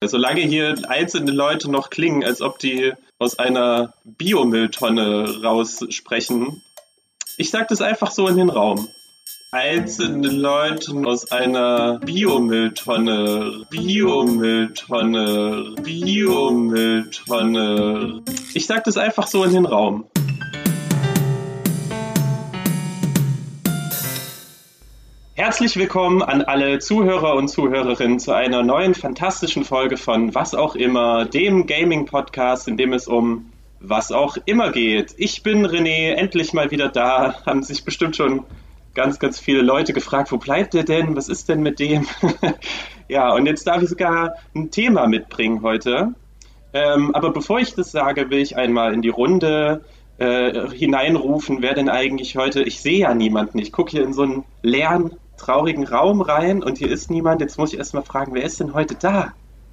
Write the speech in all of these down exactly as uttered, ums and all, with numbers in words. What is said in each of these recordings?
Solange hier einzelne Leute noch klingen, als ob die aus einer Biomülltonne raussprechen, ich sag das einfach so in den Raum. Einzelne Leute aus einer Biomülltonne, Biomülltonne, Biomülltonne. Ich sag das einfach so in den Raum. Herzlich willkommen an alle Zuhörer und Zuhörerinnen zu einer neuen fantastischen Folge von Was auch immer, dem Gaming-Podcast, in dem es um was auch immer geht. Ich bin René, endlich mal wieder da. Haben sich bestimmt schon ganz, ganz viele Leute gefragt, wo bleibt der denn? Was ist denn mit dem? Ja, und jetzt darf ich sogar ein Thema mitbringen heute. Ähm, aber bevor ich das sage, will ich einmal in die Runde äh, hineinrufen, wer denn eigentlich heute, ich sehe ja niemanden, ich gucke hier in so einen leeren, traurigen Raum rein und hier ist niemand. Jetzt muss ich erst mal fragen, wer ist denn heute da?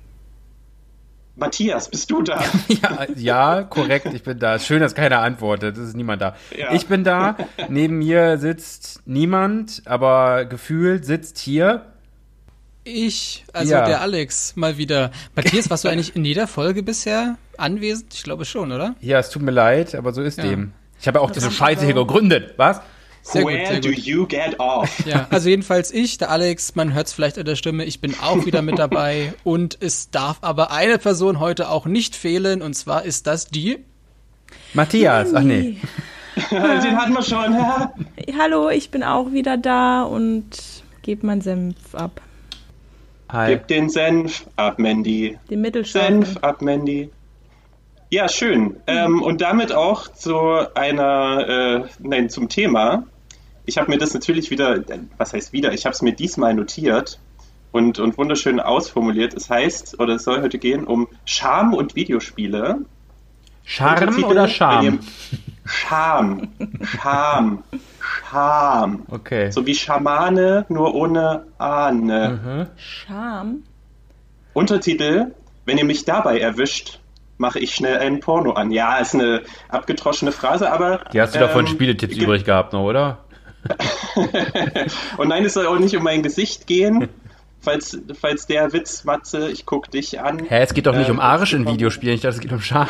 Matthias, bist du da? ja, ja, korrekt, ich bin da. Schön, dass keiner antwortet, es ist niemand da. Ja. Ich bin da, neben mir sitzt niemand, aber gefühlt sitzt hier ich, also ja. der Alex, mal wieder. Matthias, warst du eigentlich in jeder Folge bisher anwesend? Ich glaube schon, oder? Ja, es tut mir leid, aber so ist ja. dem. Ich habe ja auch das diese Scheiße hier gegründet, was? Sehr Where gut, sehr do gut. you get off? Ja, also jedenfalls ich, der Alex, man hört es vielleicht an der Stimme, ich bin auch wieder mit dabei und es darf aber eine Person heute auch nicht fehlen und zwar ist das die Matthias, ach nee. Den hatten wir schon. Hallo, ich bin auch wieder da und gebe meinen Senf ab. Hi. Gib den Senf ab, Mandy. Den Mittelscharfen. Senf ab, Mandy. Ja, schön. Ähm, und damit auch zu einer, äh, nein, zum Thema. Ich habe mir das natürlich wieder, was heißt wieder, ich habe es mir diesmal notiert und, und wunderschön ausformuliert. Es heißt, oder es soll heute gehen um Scham und Videospiele. Charme oder Scham? Scham. Scham. Scham. Okay. So wie Schamane, nur ohne Ahne. Mhm. Scham? Untertitel, wenn ihr mich dabei erwischt, mache ich schnell einen Porno an. Ja, ist eine abgedroschene Phrase, aber... Die hast du ähm, davon Spieletipps ge- übrig gehabt noch, oder? Und nein, es soll auch nicht um mein Gesicht gehen. Falls, falls der Witz, Matze, ich guck dich an. Hä, es geht doch nicht äh, um Arsch in Videospielen, ich dachte, es geht um Scham.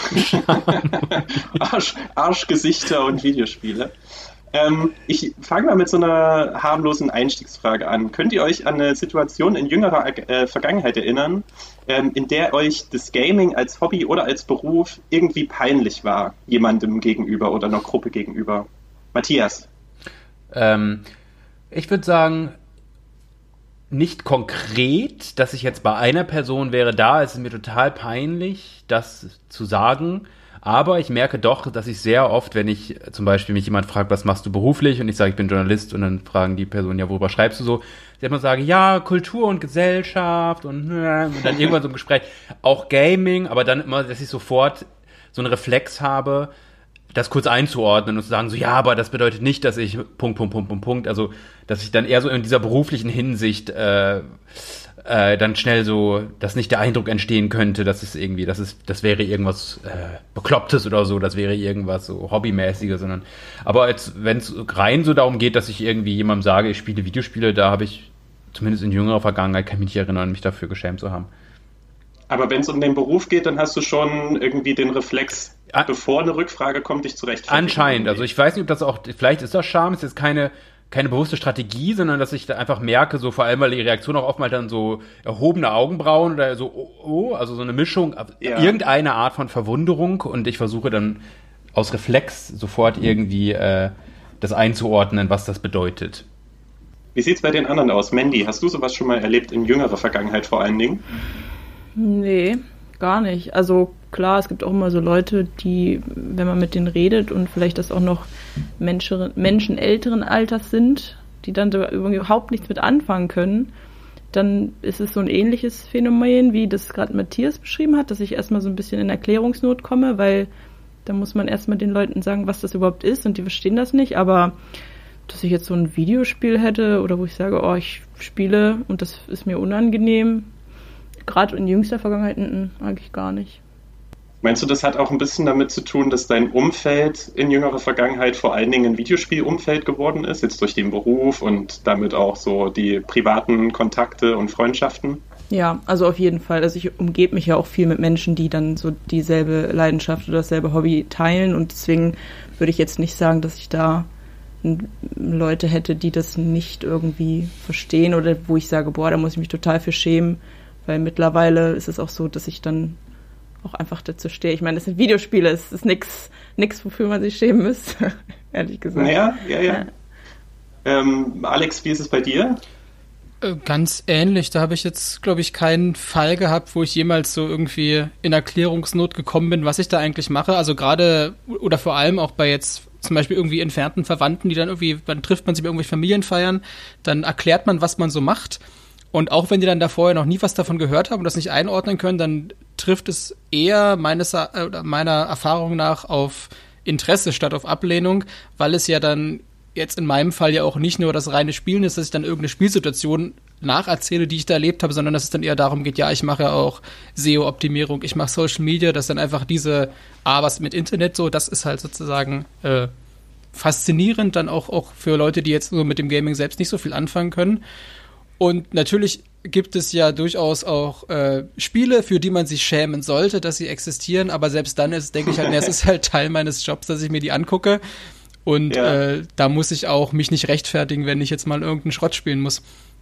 Arsch, Arschgesichter und Videospiele. Ähm, ich fange mal mit so einer harmlosen Einstiegsfrage an. Könnt ihr euch an eine Situation in jüngerer äh, Vergangenheit erinnern, ähm, in der euch das Gaming als Hobby oder als Beruf irgendwie peinlich war, jemandem gegenüber oder einer Gruppe gegenüber? Matthias? Ähm, ich würde sagen, nicht konkret, dass ich jetzt bei einer Person wäre, da ist es mir total peinlich, das zu sagen. Aber ich merke doch, dass ich sehr oft, wenn ich zum Beispiel mich jemand fragt, was machst du beruflich? Und ich sage, ich bin Journalist und dann fragen die Personen, ja, worüber schreibst du so? Sie immer sagen, ja, Kultur und Gesellschaft und, und dann irgendwann so ein Gespräch, auch Gaming, aber dann immer, dass ich sofort so einen Reflex habe, das kurz einzuordnen und zu sagen, so, ja, aber das bedeutet nicht, dass ich Punkt, Punkt, Punkt, Punkt, Punkt, also, dass ich dann eher so in dieser beruflichen Hinsicht äh, äh, dann schnell so, dass nicht der Eindruck entstehen könnte, dass es irgendwie, dass es, das wäre irgendwas äh, Beklopptes oder so, das wäre irgendwas so Hobbymäßiges, sondern, aber wenn es rein so darum geht, dass ich irgendwie jemandem sage, ich spiele Videospiele, da habe ich zumindest in jüngerer Vergangenheit, kann ich mich nicht erinnern, mich dafür geschämt zu haben. Aber wenn es um den Beruf geht, dann hast du schon irgendwie den Reflex, An- bevor eine Rückfrage kommt, dich zurechtfinden. Anscheinend, also ich weiß nicht, ob das auch, vielleicht ist das Scham, ist jetzt keine keine bewusste Strategie, sondern dass ich da einfach merke, so vor allem, weil die Reaktion auch oftmals dann so erhobene Augenbrauen oder so, oh, oh also so eine Mischung, ja. Irgendeine Art von Verwunderung und ich versuche dann aus Reflex sofort irgendwie äh, das einzuordnen, was das bedeutet. Wie sieht's bei den anderen aus? Mandy, hast du sowas schon mal erlebt in jüngerer Vergangenheit vor allen Dingen? Nee, gar nicht. Also klar, es gibt auch immer so Leute, die, wenn man mit denen redet und vielleicht das auch noch Menschen, Menschen älteren Alters sind, die dann da überhaupt nichts mit anfangen können, dann ist es so ein ähnliches Phänomen, wie das gerade Matthias beschrieben hat, dass ich erstmal so ein bisschen in Erklärungsnot komme, weil da muss man erstmal den Leuten sagen, was das überhaupt ist und die verstehen das nicht, aber dass ich jetzt so ein Videospiel hätte oder wo ich sage, oh, ich spiele und das ist mir unangenehm, gerade in jüngster Vergangenheit eigentlich gar nicht. Meinst du, das hat auch ein bisschen damit zu tun, dass dein Umfeld in jüngerer Vergangenheit vor allen Dingen ein Videospielumfeld geworden ist, jetzt durch den Beruf und damit auch so die privaten Kontakte und Freundschaften? Ja, also auf jeden Fall. Also ich umgebe mich ja auch viel mit Menschen, die dann so dieselbe Leidenschaft oder dasselbe Hobby teilen und deswegen würde ich jetzt nicht sagen, dass ich da Leute hätte, die das nicht irgendwie verstehen oder wo ich sage, boah, da muss ich mich total für schämen, weil mittlerweile ist es auch so, dass ich dann auch einfach dazu stehe. Ich meine, das sind Videospiele, es ist nix, nix, wofür man sich schämen müsste, ehrlich gesagt. Naja, ja, ja. ja. Ähm, Alex, wie ist es bei dir? Ganz ähnlich. Da habe ich jetzt, glaube ich, keinen Fall gehabt, wo ich jemals so irgendwie in Erklärungsnot gekommen bin, was ich da eigentlich mache. Also gerade oder vor allem auch bei jetzt zum Beispiel irgendwie entfernten Verwandten, die dann irgendwie, dann trifft man sich bei irgendwelchen Familienfeiern, dann erklärt man, was man so macht. Und auch wenn die dann da vorher noch nie was davon gehört haben und das nicht einordnen können, dann trifft es eher meines, äh, meiner Erfahrung nach auf Interesse statt auf Ablehnung, weil es ja dann jetzt in meinem Fall ja auch nicht nur das reine Spielen ist, dass ich dann irgendeine Spielsituation nacherzähle, die ich da erlebt habe, sondern dass es dann eher darum geht, ja, ich mache ja auch S E O-Optimierung, ich mache Social Media, dass dann einfach diese, ah, was mit Internet so, das ist halt sozusagen äh, faszinierend, dann auch, auch für Leute, die jetzt nur mit dem Gaming selbst nicht so viel anfangen können. Und natürlich gibt es ja durchaus auch äh, Spiele, für die man sich schämen sollte, dass sie existieren, aber selbst dann ist, denke ich halt, nee, es ist halt Teil meines Jobs, dass ich mir die angucke. Und ja. äh, da muss ich auch mich nicht rechtfertigen, wenn ich jetzt mal irgendeinen Schrott spielen muss.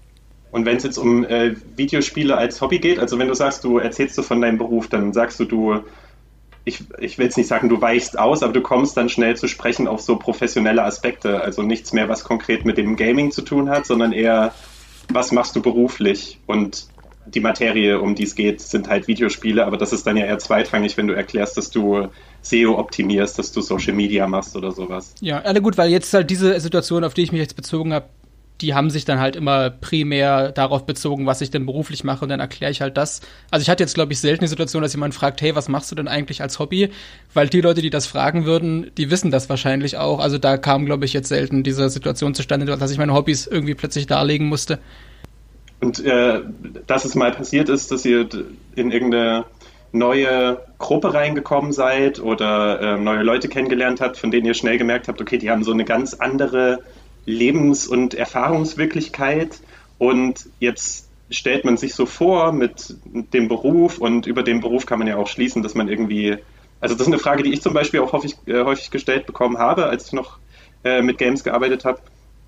Und wenn es jetzt um äh, Videospiele als Hobby geht, also wenn du sagst, du erzählst du von deinem Beruf, dann sagst du, du, ich, ich will jetzt nicht sagen, du weichst aus, aber du kommst dann schnell zu sprechen auf so professionelle Aspekte. Also nichts mehr, was konkret mit dem Gaming zu tun hat, sondern eher, was machst du beruflich? Und die Materie, um die es geht, sind halt Videospiele, aber das ist dann ja eher zweitrangig, wenn du erklärst, dass du S E O optimierst, dass du Social Media machst oder sowas. Ja, alle gut, weil jetzt halt diese Situation, auf die ich mich jetzt bezogen habe, die haben sich dann halt immer primär darauf bezogen, was ich denn beruflich mache und dann erkläre ich halt das. Also ich hatte jetzt, glaube ich, selten die Situation, dass jemand fragt, hey, was machst du denn eigentlich als Hobby? Weil die Leute, die das fragen würden, die wissen das wahrscheinlich auch. Also da kam, glaube ich, jetzt selten diese Situation zustande, dass ich meine Hobbys irgendwie plötzlich darlegen musste. Und äh, dass es mal passiert ist, dass ihr in irgendeine neue Gruppe reingekommen seid oder äh, neue Leute kennengelernt habt, von denen ihr schnell gemerkt habt, okay, die haben so eine ganz andere Lebens- und Erfahrungswirklichkeit und jetzt stellt man sich so vor mit dem Beruf und über den Beruf kann man ja auch schließen, dass man irgendwie, also das ist eine Frage, die ich zum Beispiel auch häufig, äh, häufig gestellt bekommen habe, als ich noch äh, mit Games gearbeitet habe.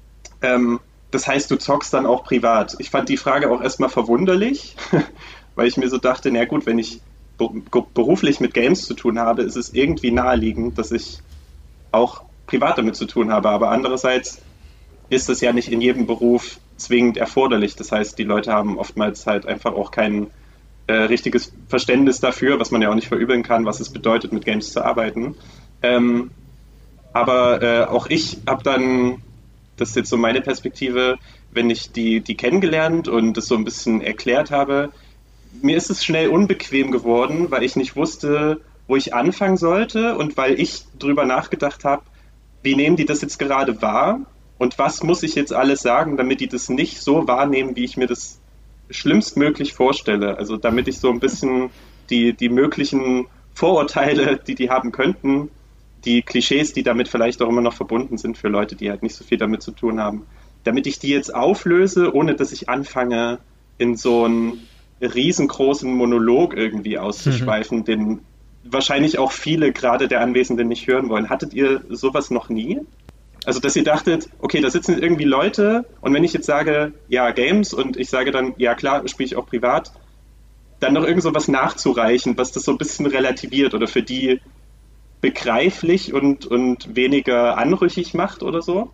Ähm, Das heißt, du zockst dann auch privat. Ich fand die Frage auch erstmal verwunderlich, weil ich mir so dachte, na gut, wenn ich beruflich mit Games zu tun habe, ist es irgendwie naheliegend, dass ich auch privat damit zu tun habe. Aber andererseits ist es ja nicht in jedem Beruf zwingend erforderlich. Das heißt, die Leute haben oftmals halt einfach auch kein äh, richtiges Verständnis dafür, was man ja auch nicht verübeln kann, was es bedeutet, mit Games zu arbeiten. Ähm, aber äh, auch ich habe dann, das ist jetzt so meine Perspektive, wenn ich die, die kennengelernt und das so ein bisschen erklärt habe, mir ist es schnell unbequem geworden, weil ich nicht wusste, wo ich anfangen sollte und weil ich drüber nachgedacht habe, wie nehmen die das jetzt gerade wahr und was muss ich jetzt alles sagen, damit die das nicht so wahrnehmen, wie ich mir das schlimmstmöglich vorstelle. Also damit ich so ein bisschen die, die möglichen Vorurteile, die die haben könnten, die Klischees, die damit vielleicht auch immer noch verbunden sind für Leute, die halt nicht so viel damit zu tun haben, damit ich die jetzt auflöse, ohne dass ich anfange, in so einen riesengroßen Monolog irgendwie auszuschweifen, mhm. den wahrscheinlich auch viele gerade der Anwesenden nicht hören wollen. Hattet ihr sowas noch nie? Also, dass ihr dachtet, okay, da sitzen irgendwie Leute und wenn ich jetzt sage, ja, Games und ich sage dann, ja klar, spiele ich auch privat, dann noch irgend so was nachzureichen, was das so ein bisschen relativiert oder für die begreiflich und, und weniger anrüchig macht oder so?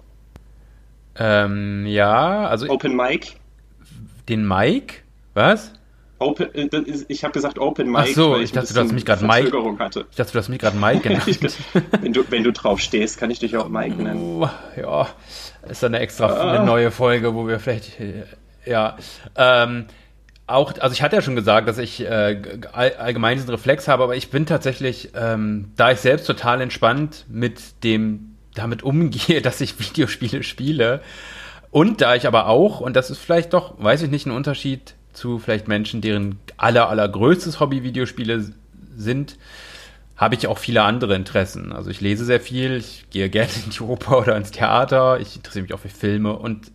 Ähm, ja, also... Open Mic? Den Mic? Was? Open, ich habe gesagt Open Mic, Ach so, weil ich, ich dachte, du hast mich gerade Mike. hatte. Ich dachte, du hast mich gerade Mike genannt. wenn, du, wenn du drauf stehst, kann ich dich auch Mike nennen. Ja, ist dann eine extra ah. eine neue Folge, wo wir vielleicht, ja, ähm, auch, also ich hatte ja schon gesagt, dass ich äh, all, allgemein diesen Reflex habe, aber ich bin tatsächlich, ähm, da ich selbst total entspannt mit dem, damit umgehe, dass ich Videospiele spiele und da ich aber auch, und das ist vielleicht doch, weiß ich nicht, ein Unterschied zu vielleicht Menschen, deren aller, allergrößtes Hobby Videospiele sind, habe ich auch viele andere Interessen. Also ich lese sehr viel, ich gehe gerne in die Oper oder ins Theater, ich interessiere mich auch für Filme und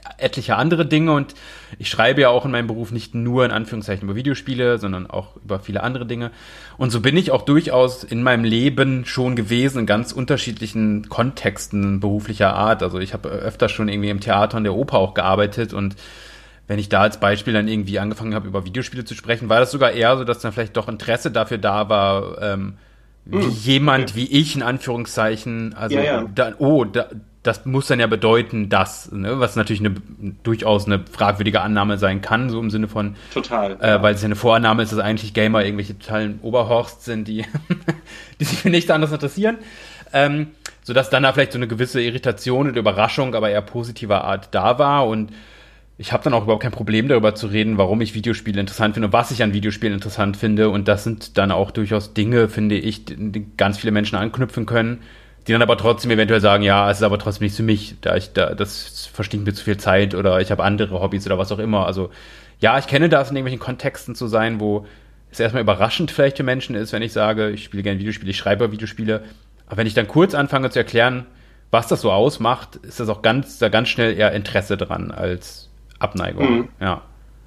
etliche andere Dinge und ich schreibe ja auch in meinem Beruf nicht nur in Anführungszeichen über Videospiele, sondern auch über viele andere Dinge. Und so bin ich auch durchaus in meinem Leben schon gewesen, in ganz unterschiedlichen Kontexten beruflicher Art. Also ich habe öfter schon irgendwie im Theater und der Oper auch gearbeitet und wenn ich da als Beispiel dann irgendwie angefangen habe, über Videospiele zu sprechen, war das sogar eher so, dass dann vielleicht doch Interesse dafür da war, ähm, wie mm, jemand okay. wie ich, in Anführungszeichen, also, ja, ja. Da, oh, da, das muss dann ja bedeuten, dass, ne, was natürlich eine, durchaus eine fragwürdige Annahme sein kann, so im Sinne von, total, äh, ja. weil es ja eine Vorannahme ist, dass eigentlich Gamer irgendwelche totalen Oberhorsts sind, die, die sich für nichts anderes interessieren, ähm, sodass dann da vielleicht so eine gewisse Irritation und Überraschung, aber eher positiver Art da war und ich habe dann auch überhaupt kein Problem darüber zu reden, warum ich Videospiele interessant finde und was ich an Videospielen interessant finde. Und das sind dann auch durchaus Dinge, finde ich, die ganz viele Menschen anknüpfen können, die dann aber trotzdem eventuell sagen, ja, es ist aber trotzdem nicht für mich, da ich da, das verstinkt mir zu viel Zeit oder ich habe andere Hobbys oder was auch immer. Also ja, ich kenne das in irgendwelchen Kontexten zu sein, wo es erstmal überraschend vielleicht für Menschen ist, wenn ich sage, ich spiele gerne Videospiele, ich schreibe Videospiele. Aber wenn ich dann kurz anfange zu erklären, was das so ausmacht, ist das auch ganz, da ganz schnell eher Interesse dran als Abneigung, mhm. ja.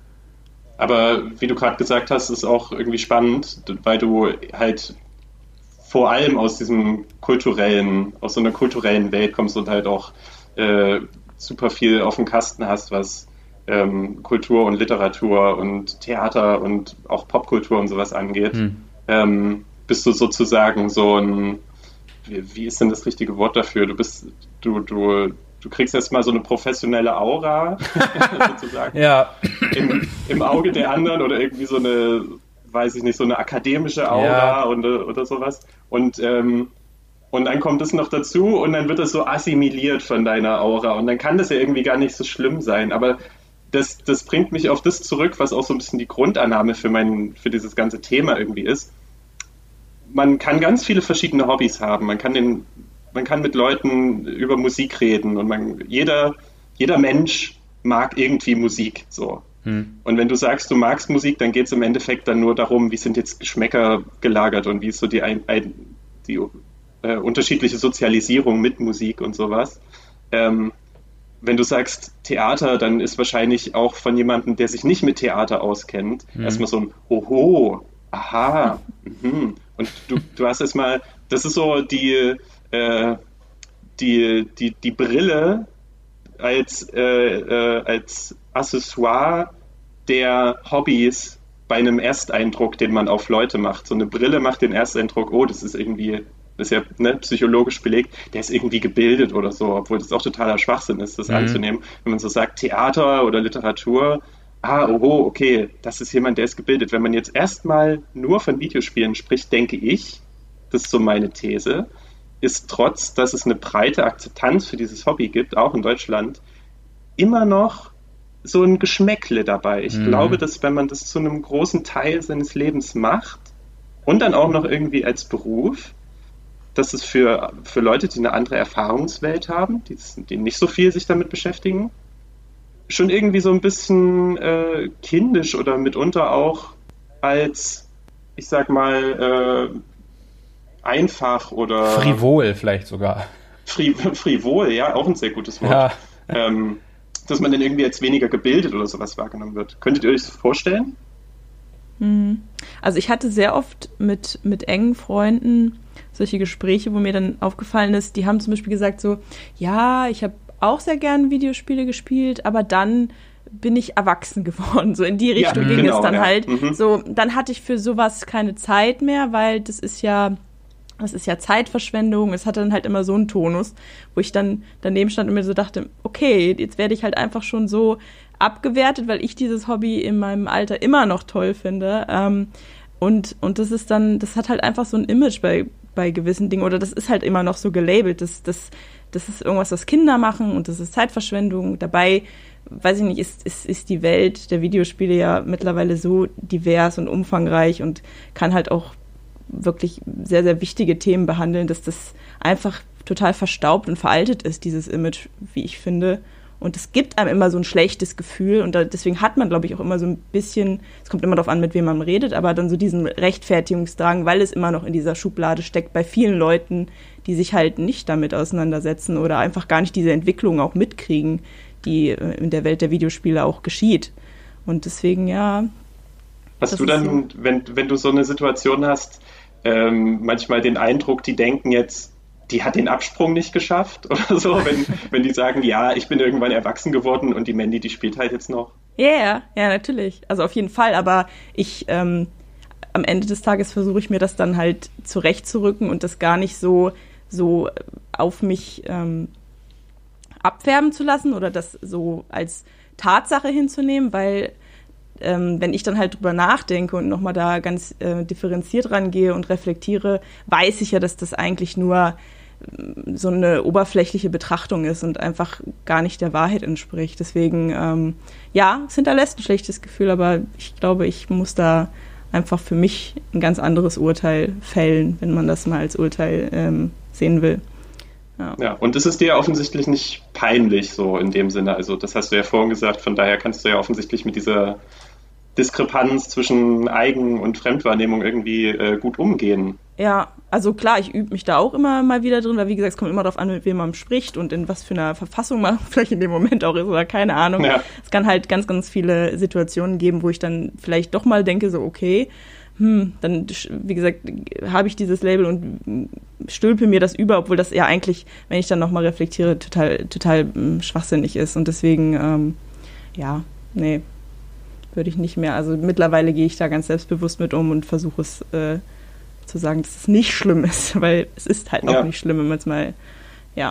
Aber wie du gerade gesagt hast, ist auch irgendwie spannend, weil du halt vor allem aus diesem kulturellen, aus so einer kulturellen Welt kommst und halt auch äh, super viel auf dem Kasten hast, was ähm, Kultur und Literatur und Theater und auch Popkultur und sowas angeht. Mhm. Ähm, bist du sozusagen so ein, wie, wie ist denn das richtige Wort dafür? Du bist, du, du Du kriegst erstmal so eine professionelle Aura, sozusagen, ja. im, im Auge der anderen oder irgendwie so eine, weiß ich nicht, so eine akademische Aura ja. und, oder sowas. Und, ähm, und dann kommt es noch dazu und dann wird es so assimiliert von deiner Aura und dann kann das ja irgendwie gar nicht so schlimm sein. Aber das, das bringt mich auf das zurück, was auch so ein bisschen die Grundannahme für, mein, für dieses ganze Thema irgendwie ist. Man kann ganz viele verschiedene Hobbys haben. Man kann den Man kann mit Leuten über Musik reden und man, jeder, jeder Mensch mag irgendwie Musik. So. Hm. Und wenn du sagst, du magst Musik, dann geht es im Endeffekt dann nur darum, wie sind jetzt Geschmäcker gelagert und wie ist so die, ein, ein, die äh, unterschiedliche Sozialisierung mit Musik und sowas. Ähm, wenn du sagst Theater, dann ist wahrscheinlich auch von jemandem, der sich nicht mit Theater auskennt, hm. erstmal so ein Oho, aha, mhm. Und du, du hast erstmal, das ist so die Äh, die, die, die Brille als, äh, äh, als Accessoire der Hobbys bei einem Ersteindruck, den man auf Leute macht. So eine Brille macht den Ersteindruck, oh, das ist irgendwie, das ist ja ne, psychologisch belegt, der ist irgendwie gebildet oder so, obwohl das auch totaler Schwachsinn ist, das mhm. anzunehmen. Wenn man so sagt, Theater oder Literatur, ah, oho, okay, das ist jemand, der ist gebildet. Wenn man jetzt erstmal nur von Videospielen spricht, denke ich, das ist so meine These, ist trotz, dass es eine breite Akzeptanz für dieses Hobby gibt, auch in Deutschland, immer noch so ein Geschmäckle dabei. Ich mhm. glaube, dass wenn man das zu einem großen Teil seines Lebens macht und dann auch noch irgendwie als Beruf, dass es für, für Leute, die eine andere Erfahrungswelt haben, die, die nicht so viel sich damit beschäftigen, schon irgendwie so ein bisschen äh, kindisch oder mitunter auch als, ich sag mal, äh, einfach oder... Frivol vielleicht sogar. Fri- frivol, ja, auch ein sehr gutes Wort. Ja. Ähm, dass man dann irgendwie als weniger gebildet oder sowas wahrgenommen wird. Könntet ihr euch das vorstellen? Also ich hatte sehr oft mit, mit engen Freunden solche Gespräche, wo mir dann aufgefallen ist, die haben zum Beispiel gesagt so, ja, ich habe auch sehr gern Videospiele gespielt, aber dann bin ich erwachsen geworden. So in die Richtung ja, ging genau, es dann ja. halt. Mhm. So, dann hatte ich für sowas keine Zeit mehr, weil das ist ja, das ist ja Zeitverschwendung. Es hatte dann halt immer so einen Tonus, wo ich dann daneben stand und mir so dachte, okay, jetzt werde ich halt einfach schon so abgewertet, weil ich dieses Hobby in meinem Alter immer noch toll finde. Ähm, und, und das ist dann, das hat halt einfach so ein Image bei, bei gewissen Dingen, oder das ist halt immer noch so gelabelt. Das, das, das ist irgendwas, was Kinder machen und das ist Zeitverschwendung. Dabei, weiß ich nicht, ist, ist, ist die Welt der Videospiele ja mittlerweile so divers und umfangreich und kann halt auch wirklich sehr, sehr wichtige Themen behandeln, dass das einfach total verstaubt und veraltet ist, dieses Image, wie ich finde. Und es gibt einem immer so ein schlechtes Gefühl und da, deswegen hat man, glaube ich, auch immer so ein bisschen, es kommt immer darauf an, mit wem man redet, aber dann so diesen Rechtfertigungsdrang, weil es immer noch in dieser Schublade steckt bei vielen Leuten, die sich halt nicht damit auseinandersetzen oder einfach gar nicht diese Entwicklung auch mitkriegen, die in der Welt der Videospiele auch geschieht. Und deswegen, ja. Hast du dann, so, wenn, wenn du so eine Situation hast, ähm, manchmal den Eindruck, die denken jetzt, die hat den Absprung nicht geschafft oder so, wenn, wenn die sagen, ja, ich bin irgendwann erwachsen geworden und die Mandy, die spielt halt jetzt noch? Ja, yeah, ja, natürlich. Also auf jeden Fall, aber ich, ähm, am Ende des Tages versuche ich mir das dann halt zurechtzurücken und das gar nicht so, so auf mich ähm, abfärben zu lassen oder das so als Tatsache hinzunehmen, weil ähm, wenn ich dann halt drüber nachdenke und nochmal da ganz äh, differenziert rangehe und reflektiere, weiß ich ja, dass das eigentlich nur so eine oberflächliche Betrachtung ist und einfach gar nicht der Wahrheit entspricht. Deswegen, ähm, ja, es hinterlässt ein schlechtes Gefühl, aber ich glaube, ich muss da einfach für mich ein ganz anderes Urteil fällen, wenn man das mal als Urteil ähm, sehen will. Ja. ja, und es ist dir ja offensichtlich nicht peinlich so in dem Sinne. Also das hast du ja vorhin gesagt, von daher kannst du ja offensichtlich mit dieser Diskrepanz zwischen Eigen- und Fremdwahrnehmung irgendwie äh, gut umgehen. Ja, also klar, ich übe mich da auch immer mal wieder drin, weil wie gesagt, es kommt immer darauf an, mit wem man spricht und in was für einer Verfassung man vielleicht in dem Moment auch ist oder keine Ahnung. Ja. Es kann halt ganz, ganz viele Situationen geben, wo ich dann vielleicht doch mal denke, so okay, hm, dann, wie gesagt, habe ich dieses Label und stülpe mir das über, obwohl das ja eigentlich, wenn ich dann nochmal reflektiere, total, total ähm, schwachsinnig ist und deswegen, ähm, ja, nee, würde ich nicht mehr. Also mittlerweile gehe ich da ganz selbstbewusst mit um und versuche es äh, zu sagen, dass es nicht schlimm ist, weil es ist halt ja. auch nicht schlimm, wenn man es mal, ja.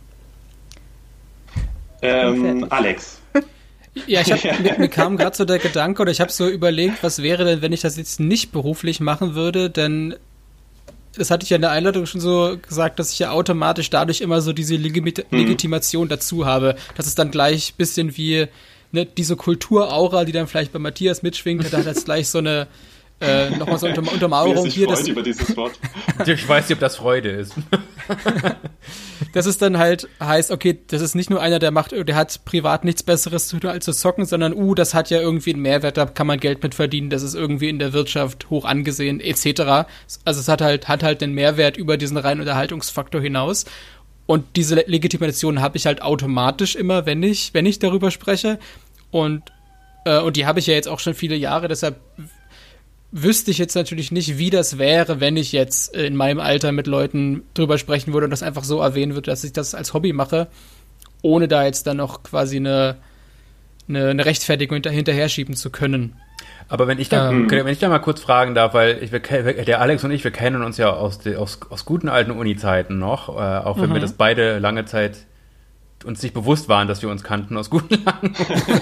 Ähm, Alex. Ja, ich hab, ja. mir, mir kam gerade so der Gedanke, oder ich habe so überlegt, was wäre denn, wenn ich das jetzt nicht beruflich machen würde, denn das hatte ich ja in der Einleitung schon so gesagt, dass ich ja automatisch dadurch immer so diese Legit- mhm. Legitimation dazu habe, dass es dann gleich ein bisschen wie ne, diese Kulturaura, die dann vielleicht bei Matthias mitschwingt, da hat jetzt gleich so eine Äh, nochmal so unter, Untermauerung hier. Das, über dieses Wort. Ich weiß nicht, ob das Freude ist. Dass es dann halt heißt, okay, das ist nicht nur einer, der macht, der hat privat nichts Besseres zu tun als zu zocken, sondern, uh, das hat ja irgendwie einen Mehrwert, da kann man Geld mit verdienen, das ist irgendwie in der Wirtschaft hoch angesehen, et cetera. Also es hat halt, hat halt den Mehrwert über diesen reinen Unterhaltungsfaktor hinaus. Und diese Legitimation habe ich halt automatisch immer, wenn ich, wenn ich darüber spreche. Und, äh, und die habe ich ja jetzt auch schon viele Jahre, deshalb wüsste ich jetzt natürlich nicht, wie das wäre, wenn ich jetzt in meinem Alter mit Leuten drüber sprechen würde und das einfach so erwähnen würde, dass ich das als Hobby mache, ohne da jetzt dann noch quasi eine, eine, eine Rechtfertigung hinter, hinterher schieben zu können. Aber wenn ich da, ähm, wenn ich da mal kurz fragen darf, weil ich, der Alex und ich, wir kennen uns ja aus, de, aus, aus guten alten Uni-Zeiten noch, äh, auch wenn mhm. wir das beide lange Zeit uns nicht bewusst waren, dass wir uns kannten aus guten langen.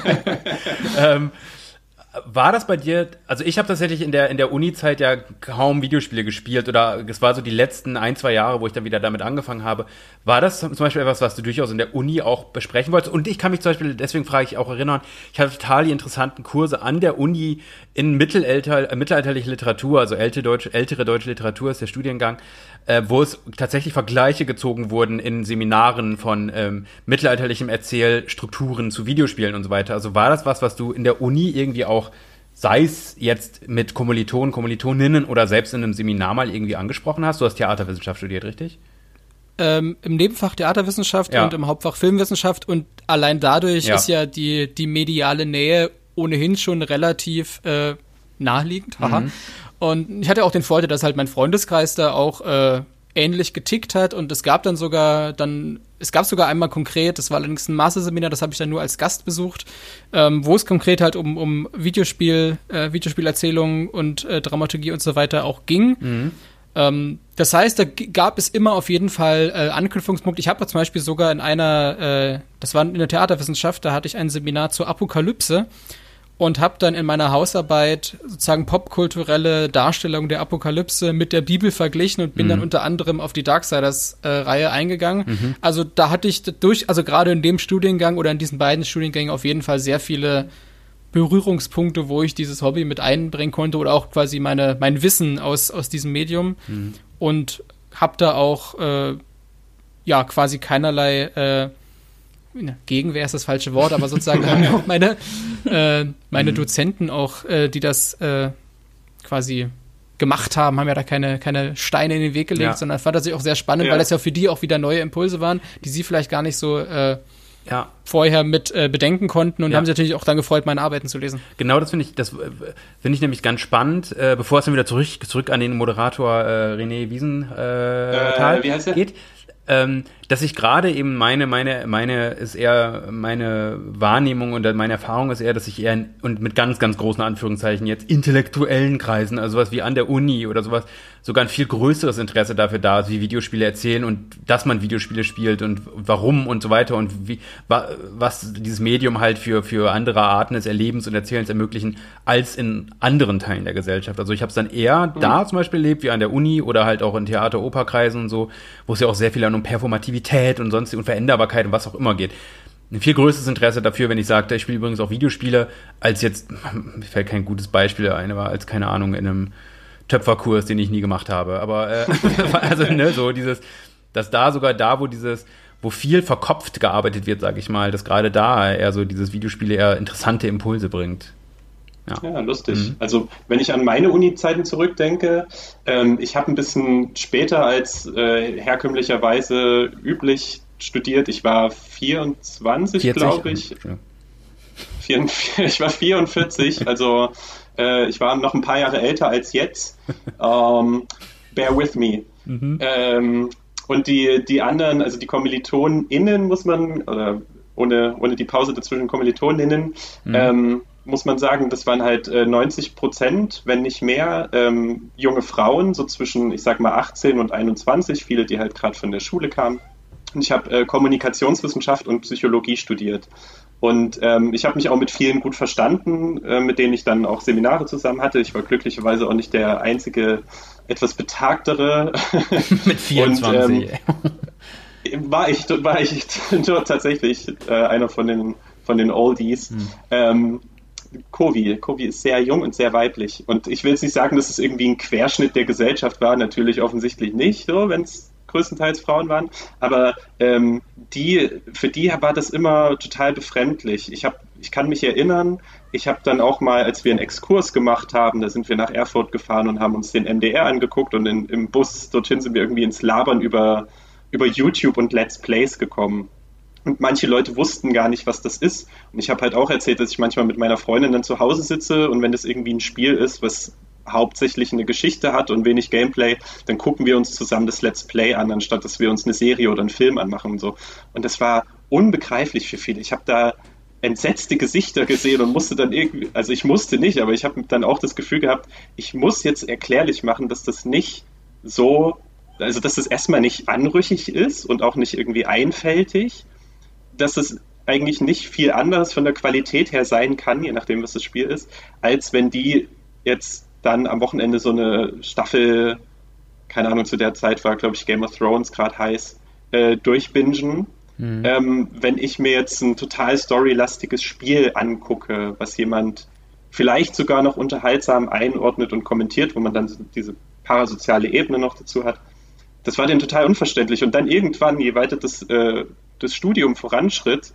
ähm, War das bei dir, also ich habe tatsächlich in der in der Uni-Zeit ja kaum Videospiele gespielt oder es war so die letzten ein, zwei Jahre, wo ich dann wieder damit angefangen habe. War das zum Beispiel etwas, was du durchaus in der Uni auch besprechen wolltest? Und ich kann mich zum Beispiel, deswegen frage ich auch erinnern, ich hatte total die interessanten Kurse an der Uni in Mittelalter, äh, mittelalterliche Literatur, also ältere deutsche, ältere deutsche Literatur ist der Studiengang, äh, wo es tatsächlich Vergleiche gezogen wurden in Seminaren von ähm, mittelalterlichen Erzählstrukturen zu Videospielen und so weiter. Also war das was, was du in der Uni irgendwie auch, sei es jetzt mit Kommilitonen, Kommilitoninnen oder selbst in einem Seminar mal irgendwie angesprochen hast? Du hast Theaterwissenschaft studiert, richtig? Ähm, im Nebenfach Theaterwissenschaft ja. und im Hauptfach Filmwissenschaft und allein dadurch ja. ist ja die, die mediale Nähe ohnehin schon relativ äh, naheliegend. Haha. Mhm. Und ich hatte auch den Vorteil, dass halt mein Freundeskreis da auch äh, ähnlich getickt hat und es gab dann sogar dann, es gab sogar einmal konkret, das war allerdings ein Masterseminar, das habe ich dann nur als Gast besucht, ähm, wo es konkret halt um, um Videospiel, äh, Videospielerzählungen und äh, Dramaturgie und so weiter auch ging. Mhm. Ähm, das heißt, da g- gab es immer auf jeden Fall äh, Anknüpfungspunkte. Ich habe zum Beispiel sogar in einer, äh, das war in der Theaterwissenschaft, da hatte ich ein Seminar zur Apokalypse und habe dann in meiner Hausarbeit sozusagen popkulturelle Darstellung der Apokalypse mit der Bibel verglichen und bin mhm. dann unter anderem auf die Darksiders-Reihe äh, eingegangen. Mhm. Also da hatte ich durch, also gerade in dem Studiengang oder in diesen beiden Studiengängen auf jeden Fall sehr viele Berührungspunkte, wo ich dieses Hobby mit einbringen konnte oder auch quasi meine mein Wissen aus aus diesem Medium mhm. und habe da auch äh, ja quasi keinerlei äh, Gegenwehr ist das falsche Wort, aber sozusagen haben auch meine äh, meine mhm. Dozenten auch, äh, die das äh, quasi gemacht haben, haben ja da keine keine Steine in den Weg gelegt, ja. sondern fand das auch sehr spannend, ja. weil das ja für die auch wieder neue Impulse waren, die sie vielleicht gar nicht so äh, ja. vorher mit äh, bedenken konnten und ja. haben sich natürlich auch dann gefreut, meine Arbeiten zu lesen. Genau, das finde ich, das finde ich nämlich ganz spannend, äh, bevor es dann wieder zurück, zurück an den Moderator äh, René Wiesenthal äh, äh, geht. Ähm, dass ich gerade eben meine, meine, meine ist eher meine Wahrnehmung und meine Erfahrung ist eher, dass ich eher in, und mit ganz, ganz großen Anführungszeichen jetzt intellektuellen Kreisen, also sowas wie an der Uni oder sowas, sogar ein viel größeres Interesse dafür da ist, wie Videospiele erzählen und dass man Videospiele spielt und warum und so weiter und wie, wa, was dieses Medium halt für, für andere Arten des Erlebens und Erzählens ermöglichen, als in anderen Teilen der Gesellschaft. Also ich habe es dann eher mhm. da zum Beispiel erlebt, wie an der Uni oder halt auch in Theater-Operkreisen und so, wo es ja auch sehr viel um Performativität und sonstige Unveränderbarkeit und was auch immer geht. Ein viel größeres Interesse dafür, wenn ich sagte, ich spiele übrigens auch Videospiele, als jetzt, mir fällt kein gutes Beispiel ein, aber als, keine Ahnung, in einem Töpferkurs, den ich nie gemacht habe. Aber, äh, also, ne, so dieses, dass da sogar da, wo dieses, wo viel verkopft gearbeitet wird, sag ich mal, dass gerade da eher so dieses Videospiele eher interessante Impulse bringt. Ja, ja lustig. Mhm. Also wenn ich an meine Uni-Zeiten zurückdenke, ähm, ich habe ein bisschen später als äh, herkömmlicherweise üblich studiert. Ich war vierundzwanzig, glaube ich. Ja. vierundvierzig, ich war vierundvierzig, also äh, ich war noch ein paar Jahre älter als jetzt. Um, bear with me. Mhm. Ähm, und die, die anderen, also die KommilitonInnen muss man, oder ohne, ohne die Pause dazwischen KommilitonInnen, mhm. ähm, muss man sagen, das waren halt äh, neunzig Prozent, wenn nicht mehr, ähm, junge Frauen, so zwischen, ich sag mal, achtzehn und einundzwanzig, viele, die halt gerade von der Schule kamen. Und ich habe äh, Kommunikationswissenschaft und Psychologie studiert. Und ähm, ich habe mich auch mit vielen gut verstanden, äh, mit denen ich dann auch Seminare zusammen hatte. Ich war glücklicherweise auch nicht der einzige, etwas betagtere. Mit vierundzwanzig. Und, ähm, war ich, war ich tatsächlich äh, einer von den, von den Oldies. Hm. Ähm, Kovi. Kovi ist sehr jung und sehr weiblich. Und ich will jetzt nicht sagen, dass es irgendwie ein Querschnitt der Gesellschaft war. Natürlich offensichtlich nicht, so, wenn es größtenteils Frauen waren. Aber ähm, die, für die war das immer total befremdlich. Ich, hab, ich kann mich erinnern, ich habe dann auch mal, als wir einen Exkurs gemacht haben, da sind wir nach Erfurt gefahren und haben uns den M D R angeguckt und in, im Bus dorthin sind wir irgendwie ins Labern über, über YouTube und Let's Plays gekommen. Und manche Leute wussten gar nicht, was das ist. Und ich habe halt auch erzählt, dass ich manchmal mit meiner Freundin dann zu Hause sitze und wenn das irgendwie ein Spiel ist, was hauptsächlich eine Geschichte hat und wenig Gameplay, dann gucken wir uns zusammen das Let's Play an, anstatt dass wir uns eine Serie oder einen Film anmachen und so. Und das war unbegreiflich für viele. Ich habe da entsetzte Gesichter gesehen und musste dann irgendwie, also ich musste nicht, aber ich habe dann auch das Gefühl gehabt, ich muss jetzt erklärlich machen, dass das nicht so, also dass das erstmal nicht anrüchig ist und auch nicht irgendwie einfältig, dass es eigentlich nicht viel anders von der Qualität her sein kann, je nachdem, was das Spiel ist, als wenn die jetzt dann am Wochenende so eine Staffel, keine Ahnung, zu der Zeit war, glaube ich, Game of Thrones gerade heiß, äh, durchbingen. Mhm. Ähm, wenn ich mir jetzt ein total storylastiges Spiel angucke, was jemand vielleicht sogar noch unterhaltsam einordnet und kommentiert, wo man dann diese parasoziale Ebene noch dazu hat, das war denen total unverständlich. Und dann irgendwann, je weiter das, äh, das Studium voranschritt,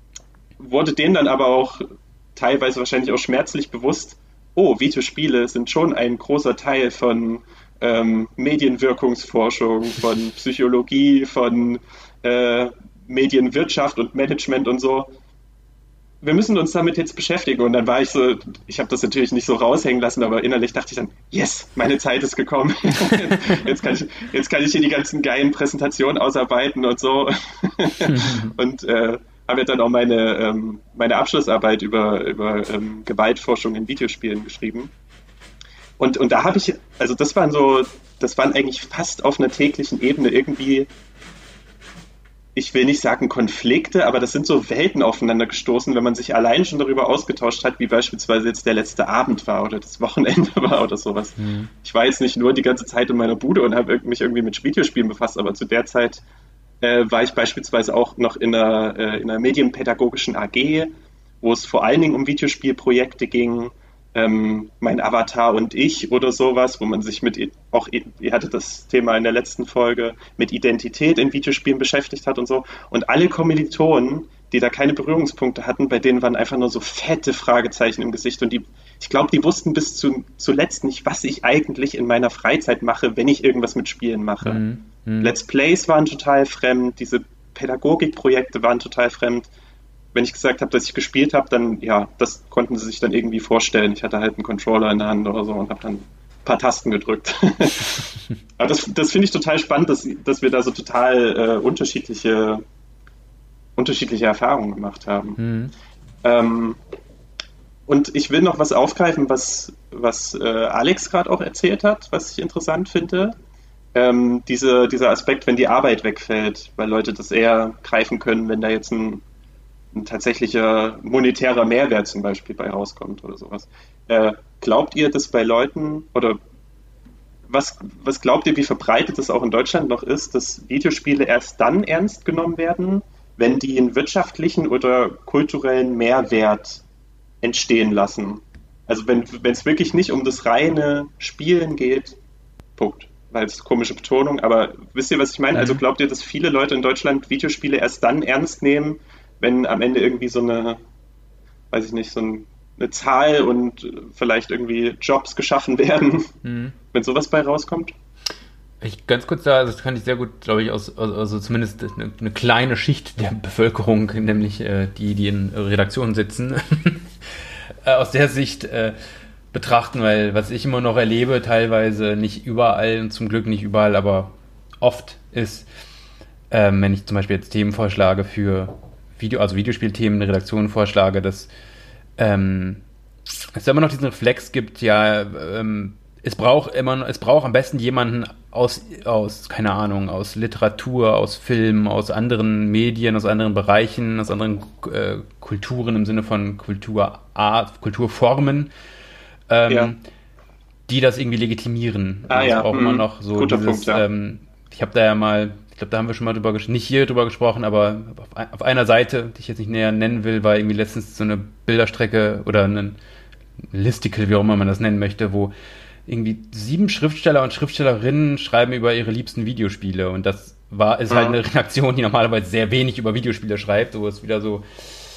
wurde denen dann aber auch teilweise wahrscheinlich auch schmerzlich bewusst, oh, Videospiele sind schon ein großer Teil von ähm, Medienwirkungsforschung, von Psychologie, von äh, Medienwirtschaft und Management und so. Wir müssen uns damit jetzt beschäftigen. Und dann war ich so, ich habe das natürlich nicht so raushängen lassen, aber innerlich dachte ich dann, yes, meine Zeit ist gekommen. jetzt, kann ich, jetzt kann ich hier die ganzen geilen Präsentationen ausarbeiten und so. und äh, habe ja dann auch meine, ähm, meine Abschlussarbeit über, über ähm, Gewaltforschung in Videospielen geschrieben. Und, und da habe ich, also das waren so, das waren eigentlich fast auf einer täglichen Ebene irgendwie, ich will nicht sagen Konflikte, aber das sind so Welten aufeinander gestoßen, wenn man sich allein schon darüber ausgetauscht hat, wie beispielsweise jetzt der letzte Abend war oder das Wochenende war oder sowas. Mhm. Ich war jetzt nicht nur die ganze Zeit in meiner Bude und habe mich irgendwie mit Videospielen befasst, aber zu der Zeit äh, war ich beispielsweise auch noch in einer, äh, in einer medienpädagogischen A G, wo es vor allen Dingen um Videospielprojekte ging, ähm, mein Avatar und ich oder sowas, wo man sich mit, auch ihr hattet das Thema in der letzten Folge, mit Identität in Videospielen beschäftigt hat und so. Und alle Kommilitonen, die da keine Berührungspunkte hatten, bei denen waren einfach nur so fette Fragezeichen im Gesicht. Und die, ich glaube, die wussten bis zu, zuletzt nicht, was ich eigentlich in meiner Freizeit mache, wenn ich irgendwas mit Spielen mache. Mhm. Mhm. Let's Plays waren total fremd, diese Pädagogikprojekte waren total fremd. wenn ich gesagt habe, dass ich gespielt habe, dann, ja, das konnten sie sich dann irgendwie vorstellen. Ich hatte halt einen Controller in der Hand oder so und habe dann ein paar Tasten gedrückt. Aber das, das finde ich total spannend, dass, dass wir da so total äh, unterschiedliche, unterschiedliche Erfahrungen gemacht haben. Mhm. Ähm, und ich will noch was aufgreifen, was, was äh, Alex gerade auch erzählt hat, was ich interessant finde. Ähm, diese, dieser Aspekt, wenn die Arbeit wegfällt, weil Leute das eher greifen können, wenn da jetzt ein, ein tatsächlicher monetärer Mehrwert zum Beispiel bei rauskommt oder sowas. Äh, glaubt ihr, dass bei Leuten, oder was, was glaubt ihr, wie verbreitet das auch in Deutschland noch ist, dass Videospiele erst dann ernst genommen werden, wenn die einen wirtschaftlichen oder kulturellen Mehrwert entstehen lassen? Also wenn es wirklich nicht um das reine Spielen geht, Punkt. Weil es komische Betonung, aber wisst ihr, was ich meine? Mhm. Also glaubt ihr, dass viele Leute in Deutschland Videospiele erst dann ernst nehmen, wenn am Ende irgendwie so eine, weiß ich nicht, so ein, eine Zahl und vielleicht irgendwie Jobs geschaffen werden, mhm. wenn sowas bei rauskommt? Ich ganz kurz da, also das kann ich sehr gut, glaube ich, aus, also zumindest eine, eine kleine Schicht der Bevölkerung, nämlich äh, die, die in Redaktionen sitzen, aus der Sicht äh, betrachten, weil was ich immer noch erlebe, teilweise nicht überall und zum Glück nicht überall, aber oft ist, ähm, wenn ich zum Beispiel jetzt Themen vorschlage für Video, also Videospielthemen, Redaktionen vorschlage, dass ähm, es immer noch diesen Reflex gibt, ja, ähm, es braucht immer, es braucht am besten jemanden aus, aus, keine Ahnung, aus Literatur, aus Film, aus anderen Medien, aus anderen Bereichen, aus anderen äh, Kulturen im Sinne von Kulturart, Kulturformen, Ähm, ja. die das irgendwie legitimieren. Ah, also ja. auch hm. immer noch so Guter dieses, Punkt, ja. ähm, ich habe da ja mal, ich glaube, da haben wir schon mal drüber gesprochen, nicht hier drüber gesprochen, aber auf, ein, auf einer Seite, die ich jetzt nicht näher nennen will, war irgendwie letztens so eine Bilderstrecke oder ein Listicle, wie auch immer man das nennen möchte, wo irgendwie sieben Schriftsteller und Schriftstellerinnen schreiben über ihre liebsten Videospiele und das war, ist ja. halt eine Redaktion, die normalerweise sehr wenig über Videospiele schreibt, wo es wieder so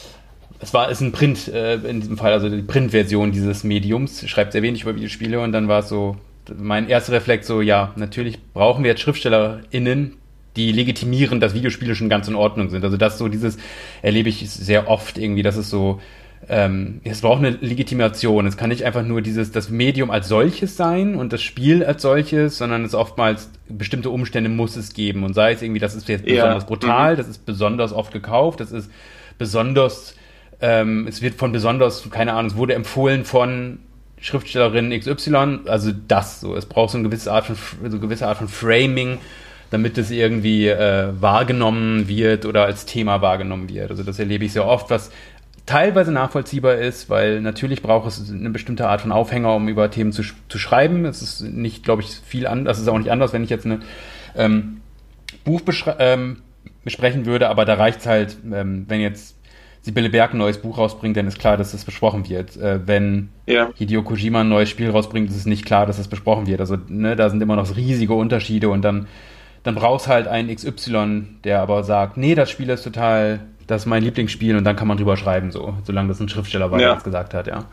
Es war ist ein Print äh, in diesem Fall, also die Printversion dieses Mediums, schreibt sehr wenig über Videospiele und dann war es so, mein erster Reflex so, ja, natürlich brauchen wir jetzt SchriftstellerInnen, die legitimieren, dass Videospiele schon ganz in Ordnung sind. Also das so, dieses erlebe ich sehr oft irgendwie, dass es so, ähm, es braucht eine Legitimation. Es kann nicht einfach nur dieses, das Medium als solches sein und das Spiel als solches, sondern es oftmals bestimmte Umstände muss es geben und sei es irgendwie, das ist jetzt ja. besonders brutal, mhm. das ist besonders oft gekauft, das ist besonders Ähm, es wird von besonders, keine Ahnung, es wurde empfohlen von Schriftstellerin X Y, also das so. Es braucht so eine gewisse Art von, so eine gewisse Art von Framing, damit es irgendwie äh, wahrgenommen wird oder als Thema wahrgenommen wird. Also das erlebe ich sehr oft, was teilweise nachvollziehbar ist, weil natürlich braucht es eine bestimmte Art von Aufhänger, um über Themen zu, zu schreiben. Es ist nicht, glaube ich, viel anders, es ist auch nicht anders, wenn ich jetzt ein ähm, Buch beschre- ähm, besprechen würde, aber da reicht es halt, ähm, wenn jetzt Sibylle Berg ein neues Buch rausbringt, dann ist klar, dass das besprochen wird. Äh, wenn ja. Hideo Kojima ein neues Spiel rausbringt, ist es nicht klar, dass das besprochen wird. Also ne, da sind immer noch riesige Unterschiede und dann, dann brauchst halt einen X Y, der aber sagt, nee, das Spiel ist total, das ist mein Lieblingsspiel und dann kann man drüber schreiben, so, solange das ein Schriftsteller war, ja. der das gesagt hat, ja.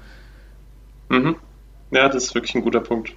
Mhm. Ja, das ist wirklich ein guter Punkt.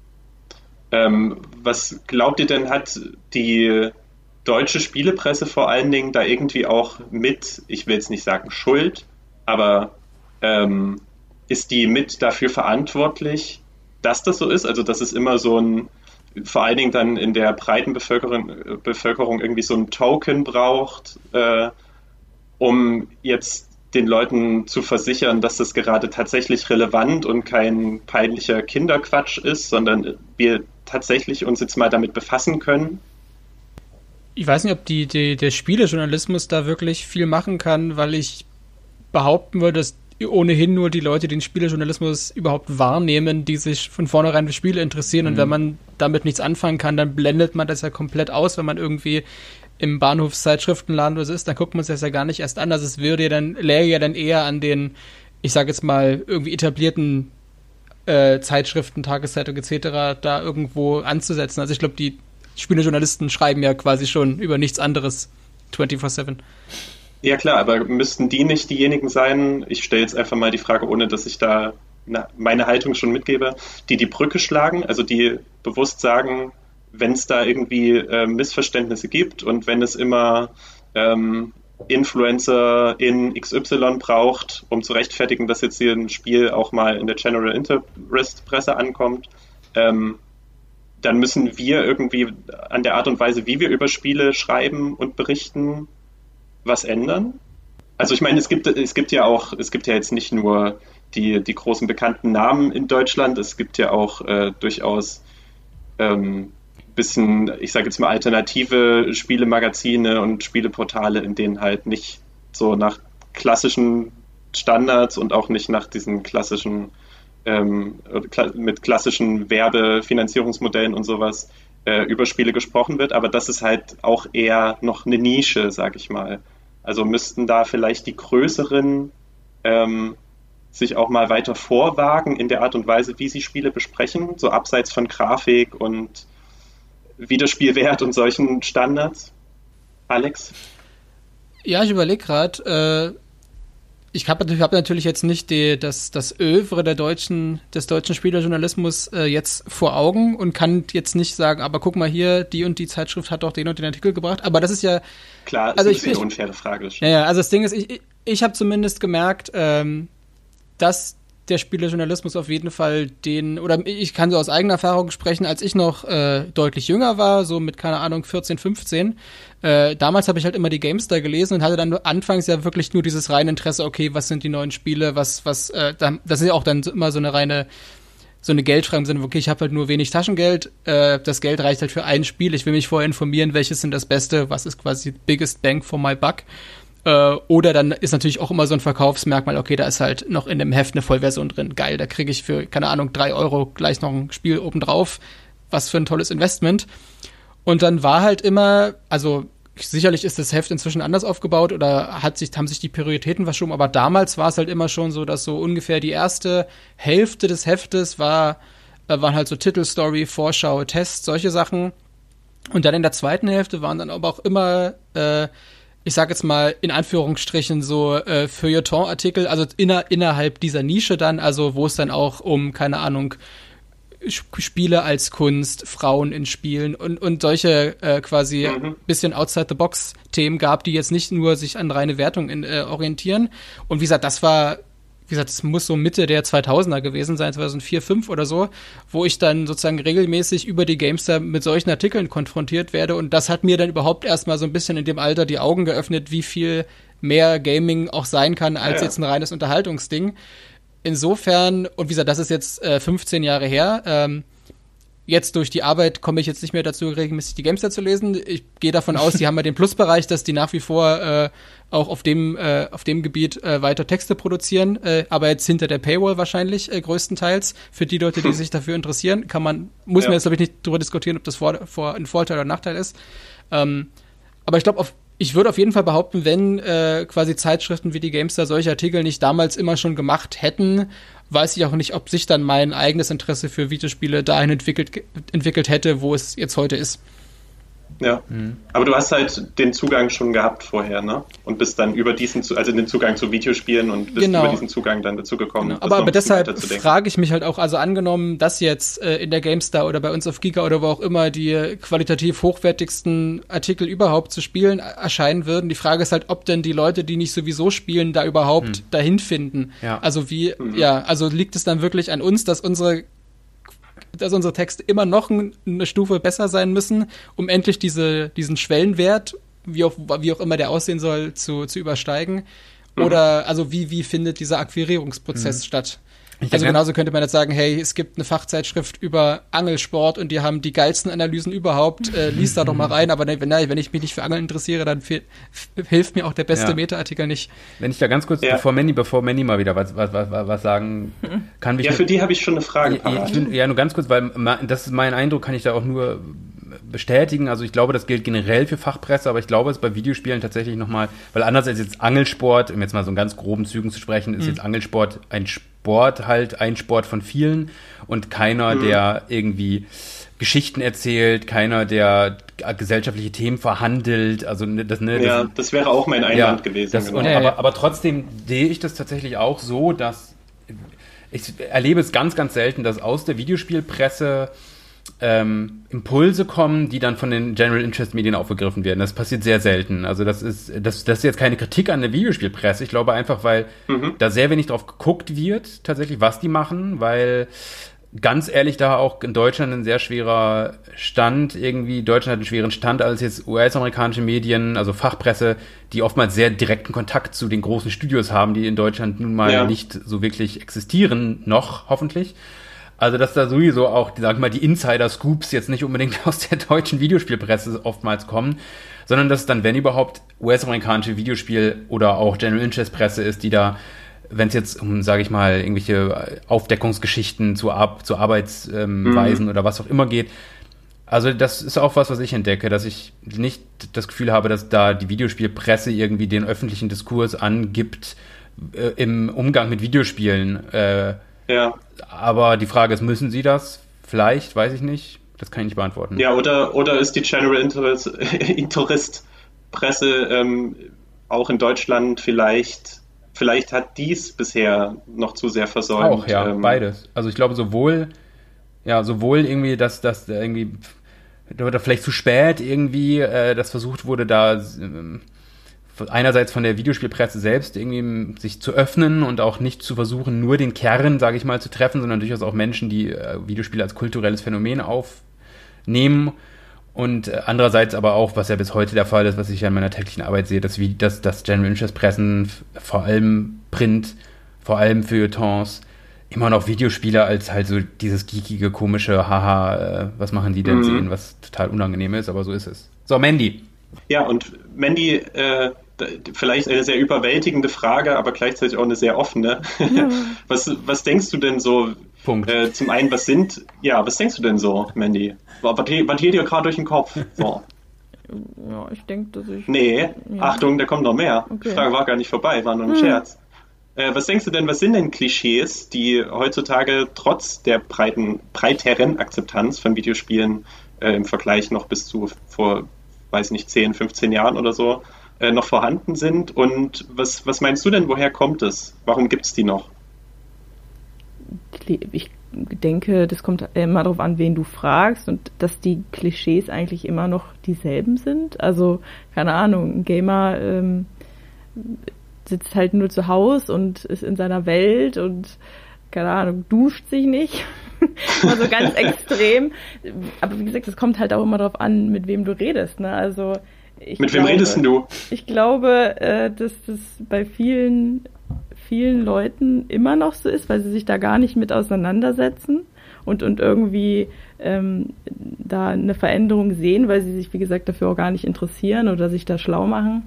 Ähm, was glaubt ihr denn, hat die deutsche Spielepresse vor allen Dingen da irgendwie auch mit, ich will jetzt nicht sagen Schuld, aber ähm, ist die mit dafür verantwortlich, dass das so ist? Also dass es immer so ein, vor allen Dingen dann in der breiten Bevölkerung, Bevölkerung irgendwie so ein Token braucht, äh, um jetzt den Leuten zu versichern, dass das gerade tatsächlich relevant und kein peinlicher Kinderquatsch ist, sondern wir tatsächlich uns jetzt mal damit befassen können? Ich weiß nicht, ob die, die, der Spielejournalismus da wirklich viel machen kann, weil ich behaupten würde, dass ohnehin nur die Leute, die den Spielejournalismus überhaupt wahrnehmen, die sich von vornherein für Spiele interessieren. Mhm. Und wenn man damit nichts anfangen kann, dann blendet man das ja komplett aus, wenn man irgendwie im Bahnhofszeitschriftenladen oder so ist, dann guckt man sich das ja gar nicht erst an. Also es würde ja dann, läge ja dann eher an den, ich sage jetzt mal, irgendwie etablierten äh, Zeitschriften, Tageszeitungen et cetera da irgendwo anzusetzen. Also ich glaube, die Spielejournalisten schreiben ja quasi schon über nichts anderes vierundzwanzig sieben. Ja klar, aber müssten die nicht diejenigen sein, ich stelle jetzt einfach mal die Frage, ohne dass ich da na, meine Haltung schon mitgebe, die die Brücke schlagen, also die bewusst sagen, wenn es da irgendwie äh, Missverständnisse gibt und wenn es immer ähm, Influencer in X Y braucht, um zu rechtfertigen, dass jetzt hier ein Spiel auch mal in der General Interest Presse ankommt, ähm, dann müssen wir irgendwie an der Art und Weise, wie wir über Spiele schreiben und berichten, was ändern. Also ich meine, es gibt, es gibt ja auch, es gibt ja jetzt nicht nur die, die großen bekannten Namen in Deutschland, es gibt ja auch äh, durchaus ähm, bisschen, ich sage jetzt mal, alternative Spielemagazine und Spieleportale, in denen halt nicht so nach klassischen Standards und auch nicht nach diesen klassischen ähm, mit klassischen Werbefinanzierungsmodellen und sowas äh, über Spiele gesprochen wird, aber das ist halt auch eher noch eine Nische, sag ich mal. Also müssten da vielleicht die größeren ähm, sich auch mal weiter vorwagen in der Art und Weise, wie sie Spiele besprechen, so abseits von Grafik und Wiederspielwert und solchen Standards. Alex? Ja, ich überlege gerade, äh, ich habe hab natürlich jetzt nicht die, das, das Övre der deutschen, des deutschen Spielerjournalismus äh, jetzt vor Augen und kann jetzt nicht sagen, aber guck mal hier, die und die Zeitschrift hat doch den und den Artikel gebracht, aber das ist ja... Klar, also das ist ich, eine unfaire Frage. Ja, ja, also das Ding ist, ich, ich, ich habe zumindest gemerkt, ähm, dass der Spielerjournalismus auf jeden Fall den, oder ich kann so aus eigener Erfahrung sprechen, als ich noch äh, deutlich jünger war, so mit, keine Ahnung, vierzehn, fünfzehn, äh, damals habe ich halt immer die GameStar gelesen und hatte dann anfangs ja wirklich nur dieses reine Interesse, okay, was sind die neuen Spiele, was, was, äh, das ist ja auch dann immer so eine reine, so eine Geldfrage im Sinne, okay, ich habe halt nur wenig Taschengeld, äh, das Geld reicht halt für ein Spiel, ich will mich vorher informieren, welches sind das Beste, was ist quasi biggest bang for my buck. Oder dann ist natürlich auch immer so ein Verkaufsmerkmal, okay, da ist halt noch in dem Heft eine Vollversion drin. Geil, da kriege ich für, keine Ahnung, drei Euro gleich noch ein Spiel obendrauf. Was für ein tolles Investment. Und dann war halt immer, also sicherlich ist das Heft inzwischen anders aufgebaut oder hat sich, haben sich die Prioritäten verschoben, aber damals war es halt immer schon so, dass so ungefähr die erste Hälfte des Heftes war, äh, waren halt so Titelstory, Vorschau, Test, solche Sachen. Und dann in der zweiten Hälfte waren dann aber auch immer äh, ich sag jetzt mal in Anführungsstrichen so äh, Feuilleton-Artikel, also inner, innerhalb dieser Nische dann, also wo es dann auch um, keine Ahnung, Spiele als Kunst, Frauen in Spielen und, und solche äh, quasi mhm. bisschen Outside-the-Box-Themen gab, die jetzt nicht nur sich an reine Wertung in, äh, orientieren. Und wie gesagt, das war, wie gesagt, das muss so Mitte der zweitausender gewesen sein, zweitausendvier, fünf oder so, wo ich dann sozusagen regelmäßig über die GameStar mit solchen Artikeln konfrontiert werde. Und das hat mir dann überhaupt erstmal so ein bisschen in dem Alter die Augen geöffnet, wie viel mehr Gaming auch sein kann, als ja. jetzt ein reines Unterhaltungsding. Insofern, und wie gesagt, das ist jetzt äh, fünfzehn Jahre her, ähm, jetzt durch die Arbeit komme ich jetzt nicht mehr dazu, regelmäßig die GameStar zu lesen. Ich gehe davon aus, die haben ja den Plusbereich, dass die nach wie vor äh, auch auf dem äh, auf dem Gebiet äh, weiter Texte produzieren, äh, aber jetzt hinter der Paywall wahrscheinlich äh, größtenteils. Für die Leute, die sich dafür interessieren, kann man, muss ja. man jetzt glaube ich nicht darüber diskutieren, ob das vor, vor ein Vorteil oder ein Nachteil ist. Ähm, aber ich glaube, auf ich würde auf jeden Fall behaupten, wenn äh, quasi Zeitschriften wie die GameStar solche Artikel nicht damals immer schon gemacht hätten, weiß ich auch nicht, ob sich dann mein eigenes Interesse für Videospiele dahin entwickelt, entwickelt hätte, wo es jetzt heute ist. Ja, mhm. aber du hast halt den Zugang schon gehabt vorher, ne? Und bist dann über diesen, also den Zugang zu Videospielen und bist genau. über diesen Zugang dann dazu gekommen. Genau. Aber, aber deshalb frage ich mich halt auch, also angenommen, dass jetzt äh, in der GameStar oder bei uns auf Giga oder wo auch immer die qualitativ hochwertigsten Artikel überhaupt zu spielen erscheinen würden. Die Frage ist halt, ob denn die Leute, die nicht sowieso spielen, da überhaupt mhm. dahin finden. Ja. Also wie, mhm. ja, also liegt es dann wirklich an uns, dass unsere dass unsere Texte immer noch eine Stufe besser sein müssen, um endlich diese, diesen Schwellenwert, wie auch, wie auch immer der aussehen soll, zu, zu übersteigen? Oder, mhm. also wie, wie findet dieser Akquirierungsprozess mhm. statt? Ich also genauso könnte man jetzt sagen, hey, es gibt eine Fachzeitschrift über Angelsport und die haben die geilsten Analysen überhaupt, äh, lies da doch mal rein, aber wenn, wenn ich mich nicht für Angeln interessiere, dann f- hilft mir auch der beste ja. Meta-Artikel nicht. Wenn ich da ganz kurz, ja. bevor Manny, bevor Manny mal wieder was, was, was, was sagen kann. Ja, für die habe ich schon eine Frage. Ja, ja, nur ganz kurz, weil das ist mein Eindruck, kann ich da auch nur bestätigen. Also ich glaube, das gilt generell für Fachpresse, aber ich glaube, es ist bei Videospielen tatsächlich nochmal, weil anders als jetzt Angelsport, um jetzt mal so in ganz groben Zügen zu sprechen, ist mhm. jetzt Angelsport ein Sport, halt ein Sport von vielen und keiner, mhm. der irgendwie Geschichten erzählt, keiner, der gesellschaftliche Themen verhandelt. Also das, ne, ja, das, das wäre auch mein Einwand ja, gewesen. Das, genau. und, aber, aber trotzdem sehe ich das tatsächlich auch so, dass ich erlebe es ganz, ganz selten, dass aus der Videospielpresse ähm, Impulse kommen, die dann von den General Interest Medien aufgegriffen werden. Das passiert sehr selten. Also das ist, das, das ist jetzt keine Kritik an der Videospielpresse. Ich glaube einfach, weil mhm. da sehr wenig drauf geguckt wird, tatsächlich, was die machen, weil ganz ehrlich, da auch in Deutschland ein sehr schwerer Stand irgendwie. Deutschland hat einen schweren Stand als jetzt U S-amerikanische Medien, also Fachpresse, die oftmals sehr direkten Kontakt zu den großen Studios haben, die in Deutschland nun mal ja. nicht so wirklich existieren, noch hoffentlich. Also dass da sowieso auch, sag mal, die Insider-Scoops jetzt nicht unbedingt aus der deutschen Videospielpresse oftmals kommen, sondern dass es dann, wenn überhaupt, U S-amerikanische Videospiel- oder auch General-Interest-Presse ist, die da, wenn es jetzt um, sage ich mal, irgendwelche Aufdeckungsgeschichten zu, Ar- zu Arbeitsweisen ähm, mhm. oder was auch immer geht. Also das ist auch was, was ich entdecke, dass ich nicht das Gefühl habe, dass da die Videospielpresse irgendwie den öffentlichen Diskurs angibt äh, im Umgang mit Videospielen. Äh, ja. Aber die Frage ist, müssen sie das? Vielleicht, weiß ich nicht. Das kann ich nicht beantworten. Ja, oder, oder ist die General Interest, Interest Presse ähm, auch in Deutschland vielleicht... Vielleicht hat dies bisher noch zu sehr versäumt. Auch, ja, ähm, beides. Also ich glaube sowohl, ja, sowohl irgendwie, dass das irgendwie, oder vielleicht zu spät irgendwie, äh, das versucht wurde, da äh, einerseits von der Videospielpresse selbst irgendwie sich zu öffnen und auch nicht zu versuchen, nur den Kern, sage ich mal, zu treffen, sondern durchaus auch Menschen, die äh, Videospiele als kulturelles Phänomen aufnehmen. Und andererseits aber auch, was ja bis heute der Fall ist, was ich ja in meiner täglichen Arbeit sehe, dass, wie, dass, dass General Interest Pressen, vor allem Print, vor allem Feuilletons, immer noch Videospiele als halt so dieses geekige, komische, haha, äh, was machen die denn mhm. sehen, was total unangenehm ist, aber so ist es. So, Mandy. Ja, und Mandy, äh, vielleicht eine sehr überwältigende Frage, aber gleichzeitig auch eine sehr offene. Ja. Was, was denkst du denn so? Punkt. Äh, zum einen, was sind, ja, was denkst du denn so, Mandy? Was, was geht dir gerade durch den Kopf? So. Ja, ich denke, dass ich... Nee, ja. Achtung, da kommt noch mehr. Okay. Die Frage war gar nicht vorbei, war nur ein hm. Scherz. Äh, was denkst du denn, was sind denn Klischees, die heutzutage trotz der breiten, breiteren Akzeptanz von Videospielen äh, im Vergleich noch bis zu vor, weiß nicht, zehn, fünfzehn Jahren oder so, äh, noch vorhanden sind? Und was, was meinst du denn, woher kommt es? Warum gibt es die noch? Ich denke, das kommt immer darauf an, wen du fragst und dass die Klischees eigentlich immer noch dieselben sind. Also, keine Ahnung, ein Gamer ähm, sitzt halt nur zu Hause und ist in seiner Welt und, keine Ahnung, duscht sich nicht. Also ganz extrem. Aber wie gesagt, das kommt halt auch immer darauf an, mit wem du redest. Ne? Also ich Mit glaube, wem redest denn du? Ich glaube, äh, dass das bei vielen... vielen Leuten immer noch so ist, weil sie sich da gar nicht mit auseinandersetzen und, und irgendwie ähm, da eine Veränderung sehen, weil sie sich, wie gesagt, dafür auch gar nicht interessieren oder sich da schlau machen.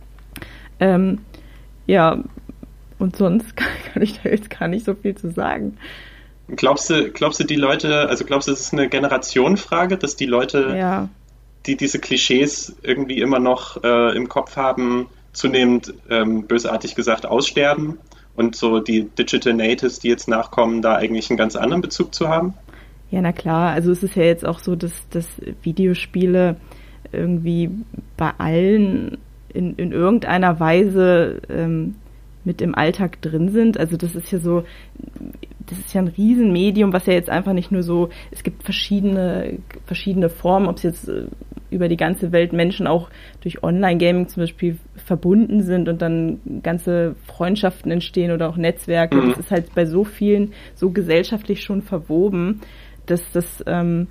Ähm, ja, und sonst kann ich da jetzt gar nicht so viel zu sagen. Glaubst du, glaubst du, die Leute, also glaubst du, es ist eine Generationenfrage, dass die Leute, ja. die diese Klischees irgendwie immer noch äh, im Kopf haben, zunehmend, ähm, bösartig gesagt, aussterben und so die Digital Natives, die jetzt nachkommen, da eigentlich einen ganz anderen Bezug zu haben? Ja, na klar. Also es ist ja jetzt auch so, dass, dass Videospiele irgendwie bei allen in, in irgendeiner Weise ähm, mit im Alltag drin sind. Also das ist ja so, das ist ja ein Riesenmedium, was ja jetzt einfach nicht nur so, es gibt verschiedene, verschiedene Formen, ob es jetzt äh, über die ganze Welt Menschen auch durch Online-Gaming zum Beispiel verbunden sind und dann ganze Freundschaften entstehen oder auch Netzwerke. Mhm. Das ist halt bei so vielen so gesellschaftlich schon verwoben, dass das ähm,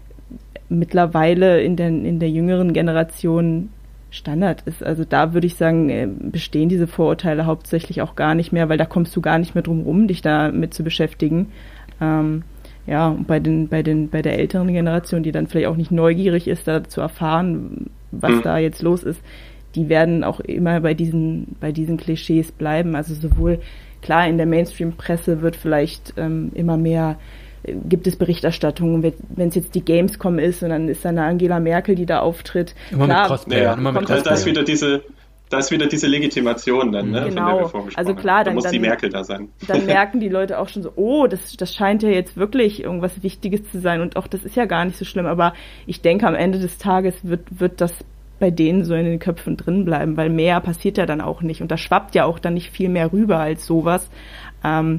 mittlerweile in der, in der jüngeren Generation Standard ist. Also da würde ich sagen, bestehen diese Vorurteile hauptsächlich auch gar nicht mehr, weil da kommst du gar nicht mehr drum rum, dich damit zu beschäftigen. Ähm, ja, und bei den, bei den, bei der älteren Generation, die dann vielleicht auch nicht neugierig ist, da zu erfahren, was mhm. da jetzt los ist, die werden auch immer bei diesen, bei diesen Klischees bleiben. Also sowohl, klar, in der Mainstream-Presse wird vielleicht ähm, immer mehr, gibt es Berichterstattungen, wenn es jetzt die Gamescom ist und dann ist da eine Angela Merkel, die da auftritt. Immer klar, mit Cosplay. Ja, immer mit Cosplay. Da ist wieder diese, da ist wieder diese Legitimation dann, ne, genau. von der wir vorhin gesprochen also klar, dann, da muss dann, die Merkel da sein. Dann merken die Leute auch schon so, oh, das, das scheint ja jetzt wirklich irgendwas Wichtiges zu sein und auch das ist ja gar nicht so schlimm, aber ich denke, am Ende des Tages wird, wird das bei denen so in den Köpfen drin bleiben, weil mehr passiert ja dann auch nicht und da schwappt ja auch dann nicht viel mehr rüber als sowas. Ähm,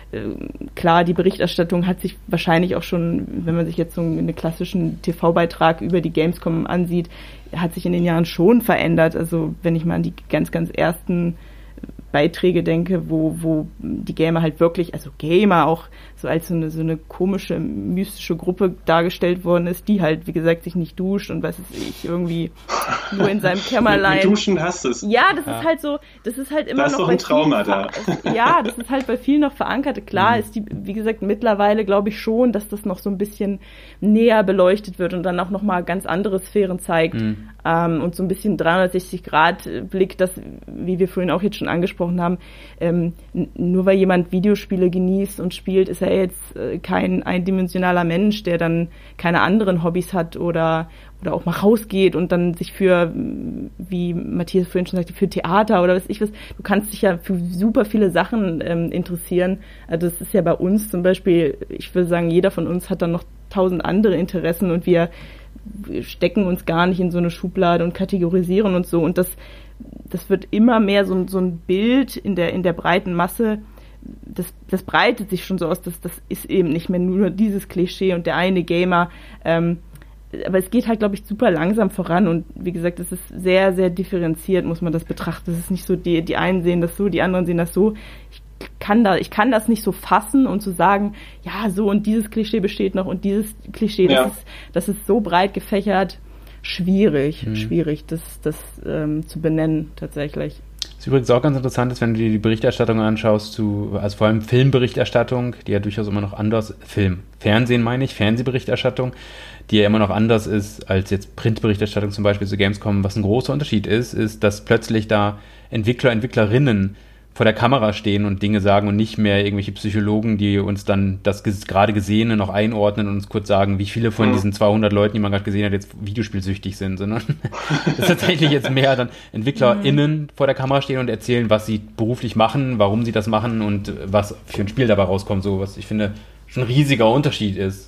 klar, die Berichterstattung hat sich wahrscheinlich auch schon, wenn man sich jetzt so einen klassischen T V-Beitrag über die Gamescom ansieht, hat sich in den Jahren schon verändert. Also wenn ich mal an die ganz, ganz ersten Beiträge denke, wo, wo die Gamer halt wirklich, also Gamer auch so als so eine, so eine komische, mystische Gruppe dargestellt worden ist, die halt, wie gesagt, sich nicht duscht und was weiß ich, irgendwie nur in seinem Kämmerlein. Mit Duschen hast du es. Ja, das ja. ist halt so, das ist halt immer da ist noch doch ein Trauma da. Ja, das ist halt bei vielen noch verankert. Klar mhm. ist die, wie gesagt, mittlerweile glaube ich schon, dass das noch so ein bisschen näher beleuchtet wird und dann auch nochmal ganz andere Sphären zeigt mhm. ähm, und so ein bisschen dreihundertsechzig Grad Blick, das, wie wir vorhin auch jetzt schon angesprochen haben, ähm, nur weil jemand Videospiele genießt und spielt, ist er jetzt äh, kein eindimensionaler Mensch, der dann keine anderen Hobbys hat oder oder auch mal rausgeht und dann sich für, wie Matthias vorhin schon sagte, für Theater oder was ich was, du kannst dich ja für super viele Sachen ähm, interessieren. Also das ist ja bei uns zum Beispiel, ich würde sagen, jeder von uns hat dann noch tausend andere Interessen und wir stecken uns gar nicht in so eine Schublade und kategorisieren und so und das das wird immer mehr so, so ein Bild in der in der breiten Masse, das, das breitet sich schon so aus, dass das ist eben nicht mehr nur dieses Klischee und der eine Gamer, ähm, aber es geht halt, glaube ich, super langsam voran und wie gesagt, es ist sehr, sehr differenziert, muss man das betrachten. Es ist nicht so, die, die einen sehen das so, die anderen sehen das so. Ich kann da, ich kann das nicht so fassen und zu sagen, ja, so und dieses Klischee besteht noch und dieses Klischee, das, ja. ist, das ist so breit gefächert, schwierig, hm. schwierig, das, das ähm, zu benennen tatsächlich. Was übrigens auch ganz interessant ist, wenn du dir die Berichterstattung anschaust, zu, also vor allem Filmberichterstattung, die ja durchaus immer noch anders, Film, Fernsehen meine ich, Fernsehberichterstattung, die ja immer noch anders ist als jetzt Printberichterstattung zum Beispiel zu Gamescom. Was ein großer Unterschied ist, ist, dass plötzlich da Entwickler, Entwicklerinnen vor der Kamera stehen und Dinge sagen und nicht mehr irgendwelche Psychologen, die uns dann das gerade Gesehene noch einordnen und uns kurz sagen, wie viele von diesen zweihundert Leuten, die man gerade gesehen hat, jetzt videospielsüchtig sind, sondern das ist tatsächlich jetzt mehr dann EntwicklerInnen vor der Kamera stehen und erzählen, was sie beruflich machen, warum sie das machen und was für ein Spiel dabei rauskommt, so was ich finde schon ein riesiger Unterschied ist.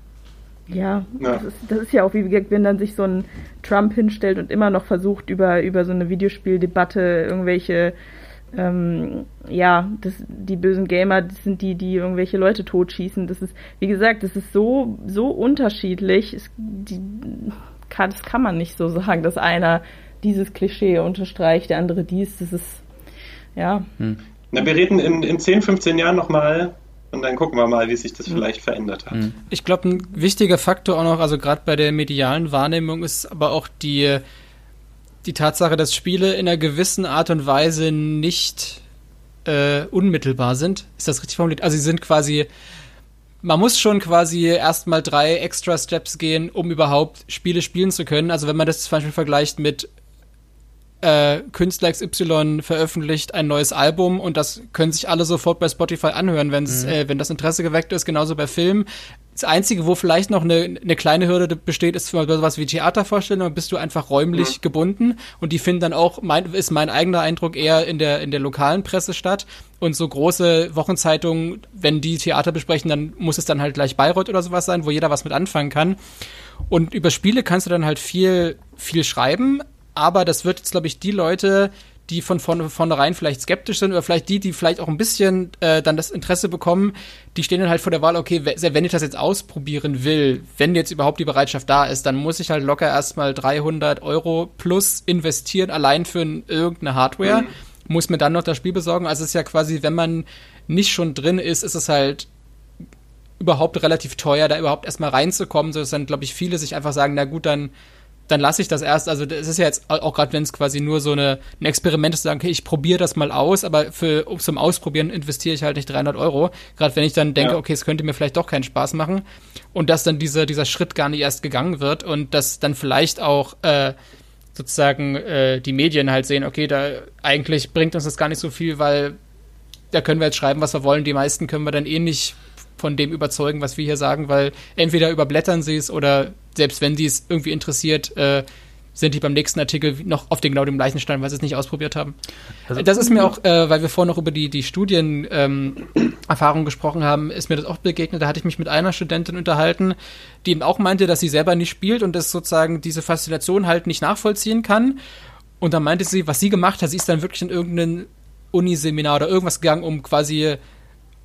Ja, ja. Das, ist, das ist ja auch, wie gesagt, wenn dann sich so ein Trump hinstellt und immer noch versucht, über, über so eine Videospieldebatte irgendwelche Ähm, ja, das, die bösen Gamer, das sind die, die irgendwelche Leute totschießen. Das ist, wie gesagt, das ist so, so unterschiedlich. Es, die, kann, das kann man nicht so sagen, dass einer dieses Klischee unterstreicht, der andere dies. Das ist, ja. Hm. Na, wir reden in, in zehn, fünfzehn Jahren nochmal und dann gucken wir mal, wie sich das vielleicht verändert hat. Ich glaube, ein wichtiger Faktor auch noch, also gerade bei der medialen Wahrnehmung, ist aber auch die die Tatsache, dass Spiele in einer gewissen Art und Weise nicht äh, unmittelbar sind. Ist das richtig formuliert? Also sie sind quasi, man muss schon quasi erstmal drei extra Steps gehen, um überhaupt Spiele spielen zu können. Also wenn man das zum Beispiel vergleicht mit äh, Künstler X Y veröffentlicht ein neues Album und das können sich alle sofort bei Spotify anhören, wenn's, mhm. äh, wenn das Interesse geweckt ist, genauso bei Filmen. Das Einzige, wo vielleicht noch eine, eine kleine Hürde besteht, ist für sowas wie Theatervorstellungen, bist du einfach räumlich mhm. gebunden und die finden dann auch, mein, ist mein eigener Eindruck, eher in der in der lokalen Presse statt und so große Wochenzeitungen, wenn die Theater besprechen, dann muss es dann halt gleich Bayreuth oder sowas sein, wo jeder was mit anfangen kann und über Spiele kannst du dann halt viel viel schreiben, aber das wird jetzt, glaube ich, die Leute, die von vorne, vornherein vielleicht skeptisch sind oder vielleicht die, die vielleicht auch ein bisschen äh, dann das Interesse bekommen, die stehen dann halt vor der Wahl, okay, wenn ich das jetzt ausprobieren will, wenn jetzt überhaupt die Bereitschaft da ist, dann muss ich halt locker erstmal dreihundert Euro plus investieren, allein für irgendeine Hardware, mhm. muss mir dann noch das Spiel besorgen. Also es ist ja quasi, wenn man nicht schon drin ist, ist es halt überhaupt relativ teuer, da überhaupt erstmal reinzukommen, sodass dann, glaube ich, viele sich einfach sagen, na gut, dann dann lasse ich das erst, also das ist ja jetzt auch gerade, wenn es quasi nur so eine, ein Experiment ist, zu sagen, okay, ich probiere das mal aus, aber für zum Ausprobieren investiere ich halt nicht dreihundert Euro, gerade wenn ich dann denke, ja. okay, es könnte mir vielleicht doch keinen Spaß machen und dass dann dieser dieser Schritt gar nicht erst gegangen wird und dass dann vielleicht auch äh, sozusagen äh, die Medien halt sehen, okay, da eigentlich bringt uns das gar nicht so viel, weil da können wir jetzt schreiben, was wir wollen, die meisten können wir dann eh nicht von dem überzeugen, was wir hier sagen, weil entweder überblättern sie es oder selbst wenn sie es irgendwie interessiert, äh, sind die beim nächsten Artikel noch auf den genau dem gleichen Stand, weil sie es nicht ausprobiert haben. Also, das ist mir auch, äh, weil wir vorhin noch über die, die Studienerfahrung ähm, gesprochen haben, ist mir das auch begegnet. Da hatte ich mich mit einer Studentin unterhalten, die eben auch meinte, dass sie selber nicht spielt und das sozusagen diese Faszination halt nicht nachvollziehen kann. Und dann meinte sie, was sie gemacht hat, sie ist dann wirklich in irgendein Uniseminar oder irgendwas gegangen, um quasi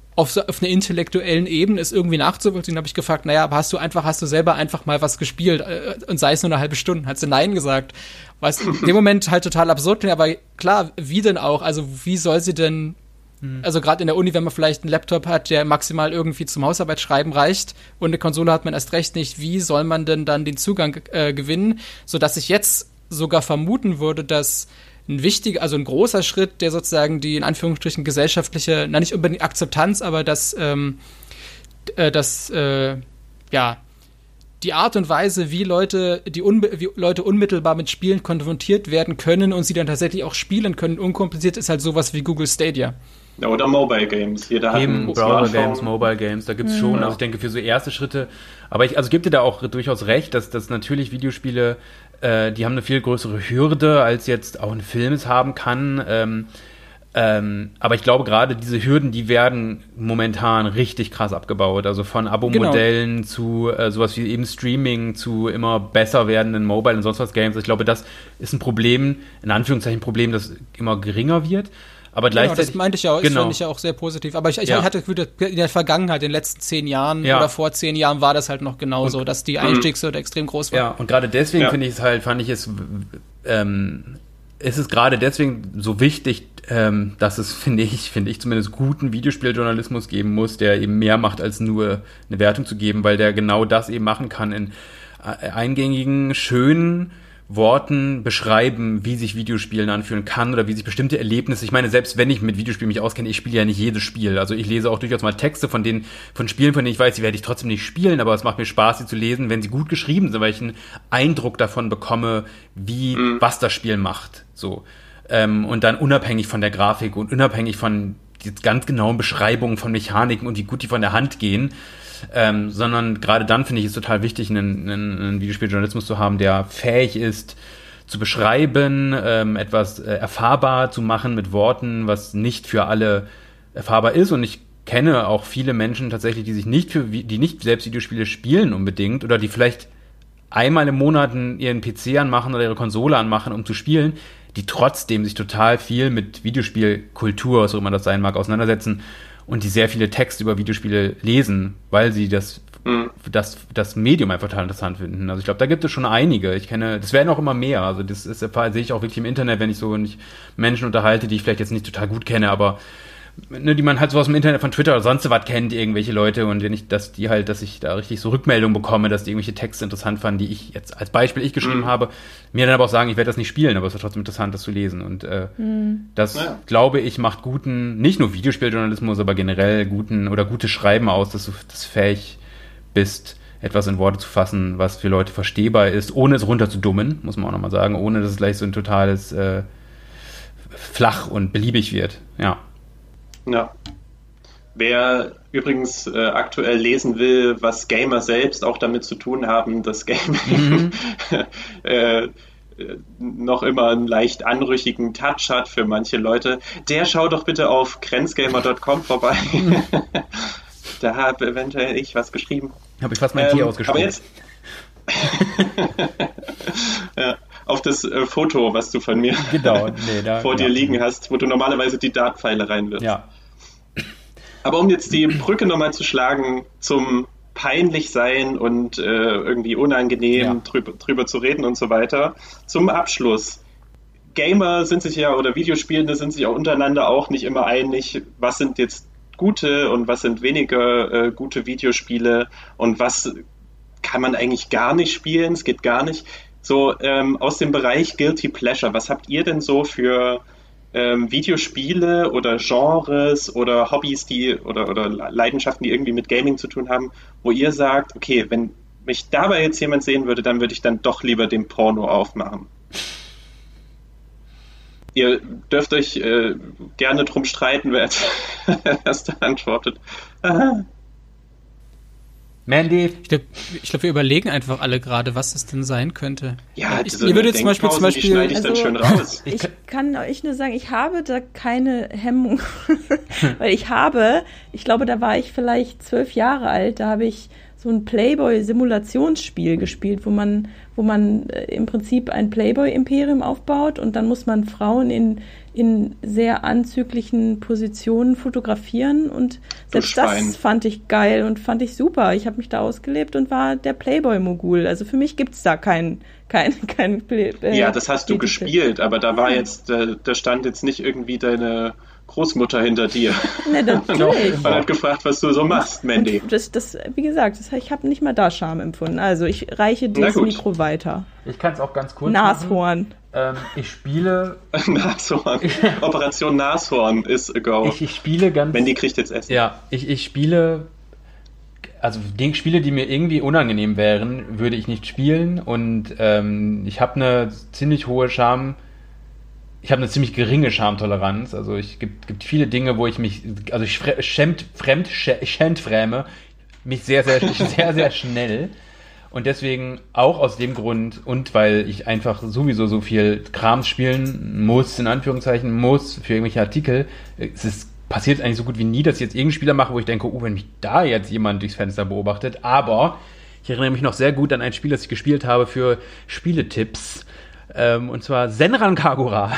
auf, so, auf einer intellektuellen Ebene ist irgendwie nachzuvollziehen, habe ich gefragt, naja, aber hast du einfach, hast du selber einfach mal was gespielt äh, und sei es nur eine halbe Stunde? Hat sie Nein gesagt. Was in dem Moment halt total absurd klingt, aber klar, wie denn auch? Also wie soll sie denn, hm. also gerade in der Uni, wenn man vielleicht einen Laptop hat, der maximal irgendwie zum Hausarbeitsschreiben reicht und eine Konsole hat man erst recht nicht, wie soll man denn dann den Zugang äh, gewinnen, sodass ich jetzt sogar vermuten würde, dass ein wichtiger, also ein großer Schritt, der sozusagen die in Anführungsstrichen gesellschaftliche, na nicht unbedingt Akzeptanz, aber das, ähm, äh, das, äh, ja, die Art und Weise, wie Leute, die unbe- wie Leute unmittelbar mit Spielen konfrontiert werden können und sie dann tatsächlich auch spielen können, unkompliziert, ist halt sowas wie Google Stadia. Ja, oder Mobile Games. Jeder hat Eben, Browser Games, Mobile Games, da gibt's schon, ja. Also ich denke, für so erste Schritte, aber ich, also ich gebe dir da auch durchaus recht, dass, dass natürlich Videospiele, äh, die haben eine viel größere Hürde, als jetzt auch ein Film es haben kann, ähm, ähm, aber ich glaube gerade diese Hürden, die werden momentan richtig krass abgebaut, also von Abo-Modellen genau. zu äh, sowas wie eben Streaming, zu immer besser werdenden Mobile und sonst was Games. Ich glaube, das ist ein Problem, in Anführungszeichen ein Problem, das immer geringer wird. Aber gleichzeitig, genau, das meinte ich ja auch, genau. Das fand ich ja auch sehr positiv. Aber ich, ich ja. hatte das Gefühl, in der Vergangenheit, in den letzten zehn Jahren ja. oder vor zehn Jahren war das halt noch genauso, und, dass die Einstiegshürde extrem groß war. Ja, und gerade deswegen ja. finde ich es halt, fand ich es, ähm, ist es gerade deswegen so wichtig, ähm, dass es, finde ich, finde ich zumindest guten Videospieljournalismus geben muss, der eben mehr macht, als nur eine Wertung zu geben, weil der genau das eben machen kann, in eingängigen, schönen Worten beschreiben, wie sich Videospielen anfühlen kann oder wie sich bestimmte Erlebnisse, ich meine, selbst wenn ich mit Videospielen mich auskenne, ich spiele ja nicht jedes Spiel, also ich lese auch durchaus mal Texte von denen, von Spielen, von denen ich weiß, die werde ich trotzdem nicht spielen, aber es macht mir Spaß, sie zu lesen, wenn sie gut geschrieben sind, weil ich einen Eindruck davon bekomme, wie, mhm. was das Spiel macht, so. Ähm, und dann unabhängig von der Grafik und unabhängig von die ganz genauen Beschreibungen von Mechaniken und wie gut die von der Hand gehen, Ähm, sondern gerade dann finde ich es total wichtig, einen, einen, einen Videospieljournalismus zu haben, der fähig ist, zu beschreiben, ähm, etwas äh, erfahrbar zu machen mit Worten, was nicht für alle erfahrbar ist. Und ich kenne auch viele Menschen tatsächlich, die sich nicht für, die nicht selbst Videospiele spielen unbedingt oder die vielleicht einmal im Monat ihren P C anmachen oder ihre Konsole anmachen, um zu spielen, die trotzdem sich total viel mit Videospielkultur, was auch immer das sein mag, auseinandersetzen und die sehr viele Texte über Videospiele lesen, weil sie das, mhm. das, das Medium einfach total interessant finden. Also ich glaube, da gibt es schon einige. Ich kenne, das werden auch immer mehr. Also das ist, das sehe ich auch wirklich im Internet, wenn ich so nicht Menschen unterhalte, die ich vielleicht jetzt nicht total gut kenne, aber ne, die man halt so aus dem Internet von Twitter oder sonst was kennt, irgendwelche Leute, und wenn ich, dass die halt, dass ich da richtig so Rückmeldungen bekomme, dass die irgendwelche Texte interessant fanden, die ich jetzt als Beispiel ich geschrieben mhm. habe, mir dann aber auch sagen, ich werde das nicht spielen, aber es war trotzdem interessant, das zu lesen. Und äh, mhm. das, ja. glaube ich, macht guten, nicht nur Videospieljournalismus, aber generell guten oder gutes Schreiben aus, dass du das fähig bist, etwas in Worte zu fassen, was für Leute verstehbar ist, ohne es runterzudummen, muss man auch nochmal sagen, ohne dass es gleich so ein totales äh, flach und beliebig wird. Ja. Ja. Wer übrigens äh, aktuell lesen will, was Gamer selbst auch damit zu tun haben, dass Gaming mhm. äh, noch immer einen leicht anrüchigen Touch hat für manche Leute, der schaut doch bitte auf grenzgamer Punkt com vorbei. Mhm. Da habe eventuell ich was geschrieben. Habe ich fast mein ähm, Tier ausgesprochen. Aber jetzt ja, auf das äh, Foto, was du von mir genau, nee, da, vor dir ja. liegen hast, wo du normalerweise die Dartpfeile reinwirfst. Ja. Aber um jetzt die Brücke nochmal zu schlagen zum peinlich sein und äh, irgendwie unangenehm ja. drüber, drüber zu reden und so weiter, zum Abschluss. Gamer sind sich ja, oder Videospielende sind sich ja untereinander auch nicht immer einig, was sind jetzt gute und was sind weniger äh, gute Videospiele und was kann man eigentlich gar nicht spielen, es geht gar nicht. So, ähm, aus dem Bereich Guilty Pleasure, was habt ihr denn so für ähm, Videospiele oder Genres oder Hobbys, die oder, oder Leidenschaften, die irgendwie mit Gaming zu tun haben, wo ihr sagt, okay, wenn mich dabei jetzt jemand sehen würde, dann würde ich dann doch lieber den Porno aufmachen. Ihr dürft euch äh, gerne drum streiten, wer erst antwortet. Aha. Mandy. Ich glaube, ich glaub, wir überlegen einfach alle gerade, was es denn sein könnte. Ja, ich, so mir würde zum Beispiel, zum Beispiel, die ich also, dann schön raus. Ich kann euch nur sagen, ich habe da keine Hemmung, weil ich habe, ich glaube, da war ich vielleicht zwölf Jahre alt, da habe ich so ein Playboy-Simulationsspiel gespielt, wo man, wo man äh, im Prinzip ein Playboy-Imperium aufbaut und dann muss man Frauen in, in sehr anzüglichen Positionen fotografieren und selbst das fand ich geil und fand ich super. Ich habe mich da ausgelebt und war der Playboy-Mogul. Also für mich gibt's da kein, kein, kein Play- äh, Ja, das hast du gespielt, aber da war jetzt, äh, da stand jetzt nicht irgendwie deine Großmutter hinter dir. Ne, natürlich. Man hat gefragt, was du so machst, Mandy. Das, das, wie gesagt, das, ich habe nicht mal da Scham empfunden. Also ich reiche das Mikro weiter. Ich kann es auch ganz kurz Nashorn. Ähm, ich spiele... Nashorn. Operation Nashorn ist a go. Ich, ich spiele ganz... Mandy kriegt jetzt Essen. Ja, ich, ich spiele... Also die Spiele, die mir irgendwie unangenehm wären, würde ich nicht spielen. Und ähm, ich habe eine ziemlich hohe Scham... Ich habe eine ziemlich geringe Schamtoleranz. Also es gibt, gibt viele Dinge, wo ich mich, also ich schämt, fremd, schändfräme mich sehr, sehr, sehr, sehr schnell. Und deswegen auch aus dem Grund und weil ich einfach sowieso so viel Krams spielen muss, in Anführungszeichen muss, für irgendwelche Artikel. Es ist, passiert eigentlich so gut wie nie, dass ich jetzt irgendeinen Spieler mache, wo ich denke, oh, wenn mich da jetzt jemand durchs Fenster beobachtet. Aber ich erinnere mich noch sehr gut an ein Spiel, das ich gespielt habe für Spieletipps. Ähm, und zwar Senran Kagura.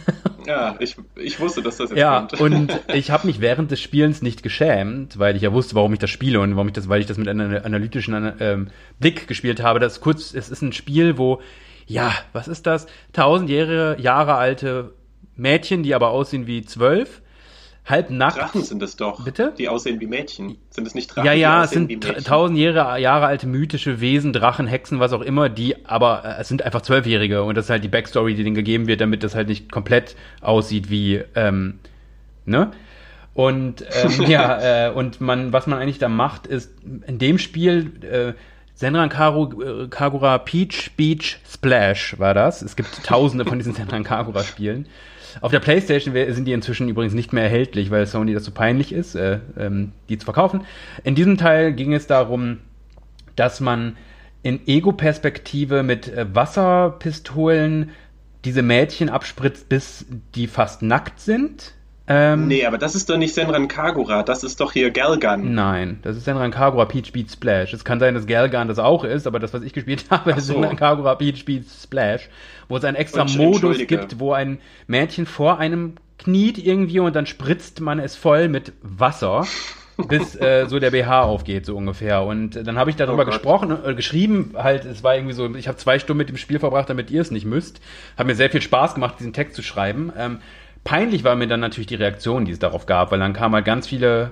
Ja, ich, ich wusste, dass das jetzt ja, kommt. Und ich habe mich während des Spielens nicht geschämt, weil ich ja wusste, warum ich das spiele und warum ich das, weil ich das mit einem analytischen ähm, Blick gespielt habe. Das kurz, es ist ein Spiel, wo, ja, was ist das? Tausend Jahre, Jahre alte Mädchen, die aber aussehen wie zwölf, halb nackt. Drachen sind es doch. Bitte? Die aussehen wie Mädchen. Sind es nicht Drachen? Ja, ja, die es sind t- tausend Jahre, Jahre alte mythische Wesen, Drachen, Hexen, was auch immer, die, aber äh, es sind einfach Zwölfjährige und das ist halt die Backstory, die denen gegeben wird, damit das halt nicht komplett aussieht wie, ähm, ne? Und, ähm, ja, äh, und man, was man eigentlich da macht, ist, in dem Spiel, äh, Senran Karu, Kagura Peach Beach Splash war das. Es gibt tausende von diesen Senran Kagura Spielen. Auf der PlayStation sind die inzwischen übrigens nicht mehr erhältlich, weil Sony das so peinlich ist, äh, ähm, die zu verkaufen. In diesem Teil ging es darum, dass man in Ego-Perspektive mit äh, Wasserpistolen diese Mädchen abspritzt, bis die fast nackt sind. Ähm, nee, aber das ist doch nicht Senran Kagura, das ist doch hier Galgun. Nein, das ist Senran Kagura Peach Beach Splash. Es kann sein, dass Galgun das auch ist, aber das, was ich gespielt habe, Ach ist so. Senran Kagura Beach Beach Splash, wo es einen extra Modus gibt, wo ein Mädchen vor einem kniet irgendwie und dann spritzt man es voll mit Wasser, bis äh, so der B H aufgeht, so ungefähr. Und äh, dann habe ich darüber Oh Gott. gesprochen, äh, geschrieben, halt, es war irgendwie so, ich habe zwei Stunden mit dem Spiel verbracht, damit ihr es nicht müsst. Hat mir sehr viel Spaß gemacht, diesen Text zu schreiben. Ähm, Peinlich war mir dann natürlich die Reaktion, die es darauf gab, weil dann kamen halt ganz viele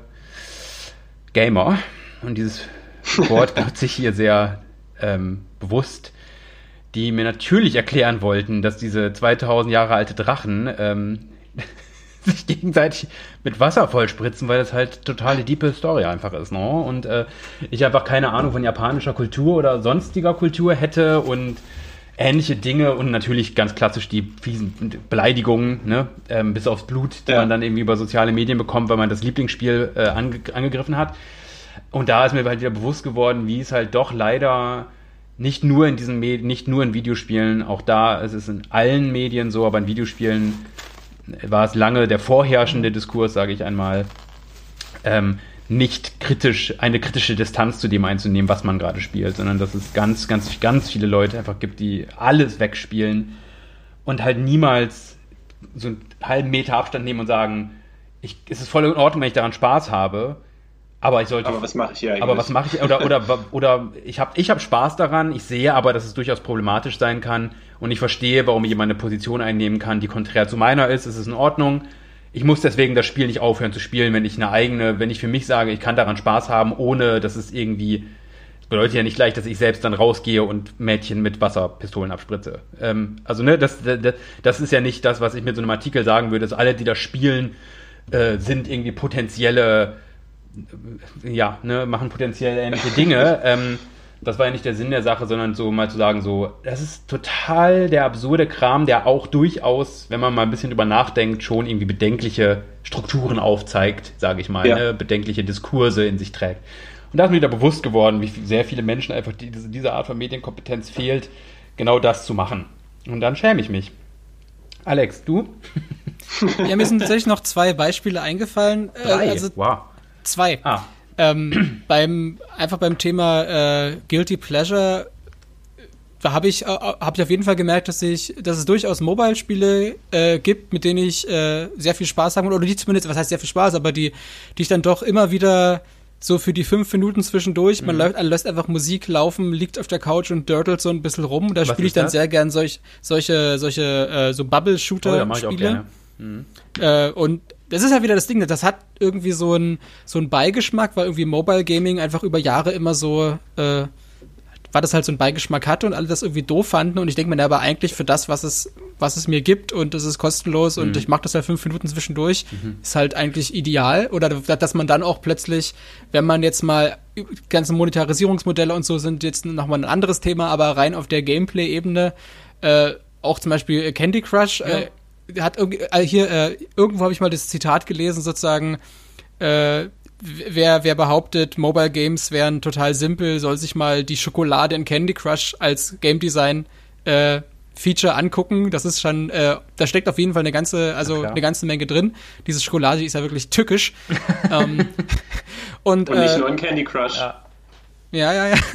Gamer, und dieses Wort benutze ich hier sehr ähm, bewusst, die mir natürlich erklären wollten, dass diese zweitausend Jahre alte Drachen ähm, sich gegenseitig mit Wasser vollspritzen, weil das halt totale diepe Story einfach ist, ne? Und äh, ich einfach keine Ahnung von japanischer Kultur oder sonstiger Kultur hätte und ähnliche Dinge und natürlich ganz klassisch die fiesen Beleidigungen, ne, ähm, bis aufs Blut, die Ja. man dann irgendwie über soziale Medien bekommt, weil man das Lieblingsspiel äh, ange- angegriffen hat. Und da ist mir halt wieder bewusst geworden, wie es halt doch leider nicht nur in diesen Med- nicht nur in Videospielen, auch da ist es in allen Medien so, aber in Videospielen war es lange der vorherrschende Diskurs, sage ich einmal, ähm, nicht kritisch, eine kritische Distanz zu dem einzunehmen, was man gerade spielt, sondern dass es ganz, ganz, ganz viele Leute einfach gibt, die alles wegspielen und halt niemals so einen halben Meter Abstand nehmen und sagen, ich, es ist voll in Ordnung, wenn ich daran Spaß habe, aber ich sollte... Aber was mache ich hier eigentlich? Aber was mache ich? Oder, oder, oder ich habe ich hab Spaß daran, ich sehe aber, dass es durchaus problematisch sein kann und ich verstehe, warum jemand eine Position einnehmen kann, die konträr zu meiner ist, es ist in Ordnung. Ich muss deswegen das Spiel nicht aufhören zu spielen, wenn ich eine eigene, wenn ich für mich sage, ich kann daran Spaß haben, ohne dass es irgendwie, das bedeutet ja nicht gleich, dass ich selbst dann rausgehe und Mädchen mit Wasserpistolen abspritze. Ähm, also ne, das, das, das ist ja nicht das, was ich mit so einem Artikel sagen würde, dass alle, die das spielen, äh, sind irgendwie potenzielle, äh, ja, ne, machen potenziell ähnliche Dinge. ähm, Das war ja nicht der Sinn der Sache, sondern so mal zu sagen, so, das ist total der absurde Kram, der auch durchaus, wenn man mal ein bisschen drüber nachdenkt, schon irgendwie bedenkliche Strukturen aufzeigt, sage ich mal, Ja. ne? Bedenkliche Diskurse in sich trägt. Und da ist mir wieder bewusst geworden, wie sehr viele Menschen einfach die, diese, diese Art von Medienkompetenz fehlt, genau das zu machen. Und dann schäme ich mich. Alex, du? Ja, mir sind tatsächlich noch zwei Beispiele eingefallen. Drei. Äh, also wow. zwei. Ah. ähm, beim, einfach beim Thema äh, Guilty Pleasure, da habe ich, äh, hab ich auf jeden Fall gemerkt, dass ich, dass es durchaus Mobile-Spiele äh, gibt, mit denen ich äh, sehr viel Spaß habe, oder die zumindest, was heißt sehr viel Spaß, aber die, die ich dann doch immer wieder so für die fünf Minuten zwischendurch, man mhm. läuft, lässt einfach Musik laufen, liegt auf der Couch und dörtelt so ein bisschen rum. Da spiele ich dann das? sehr gern solch, solche, solche äh, so Bubble-Shooter-Spiele. Oh, ja, ich auch gerne. Mhm. Äh, und das ist halt wieder das Ding, das hat irgendwie so ein so ein Beigeschmack, weil irgendwie Mobile Gaming einfach über Jahre immer so äh, war das halt so ein Beigeschmack hatte und alle das irgendwie doof fanden und ich denke mir, aber eigentlich für das, was es was es mir gibt und es ist kostenlos und mhm. ich mache das halt fünf Minuten zwischendurch, mhm. ist halt eigentlich ideal. Oder dass man dann auch plötzlich, wenn man jetzt mal, ganze Monetarisierungsmodelle und so sind jetzt nochmal ein anderes Thema, aber rein auf der Gameplay-Ebene, äh, auch zum Beispiel Candy Crush, ja. äh, hat irgendwie, äh, hier, äh, irgendwo habe ich mal das Zitat gelesen, sozusagen, äh, Wer, wer behauptet, Mobile Games wären total simpel, soll sich mal die Schokolade in Candy Crush als Game Design äh, Feature angucken. Das ist schon, äh, da steckt auf jeden Fall eine ganze, also eine ganze Menge drin. Diese Schokolade die ist ja wirklich tückisch. ähm, und, und nicht äh, nur in Candy Crush. Ja, ja, ja. ja.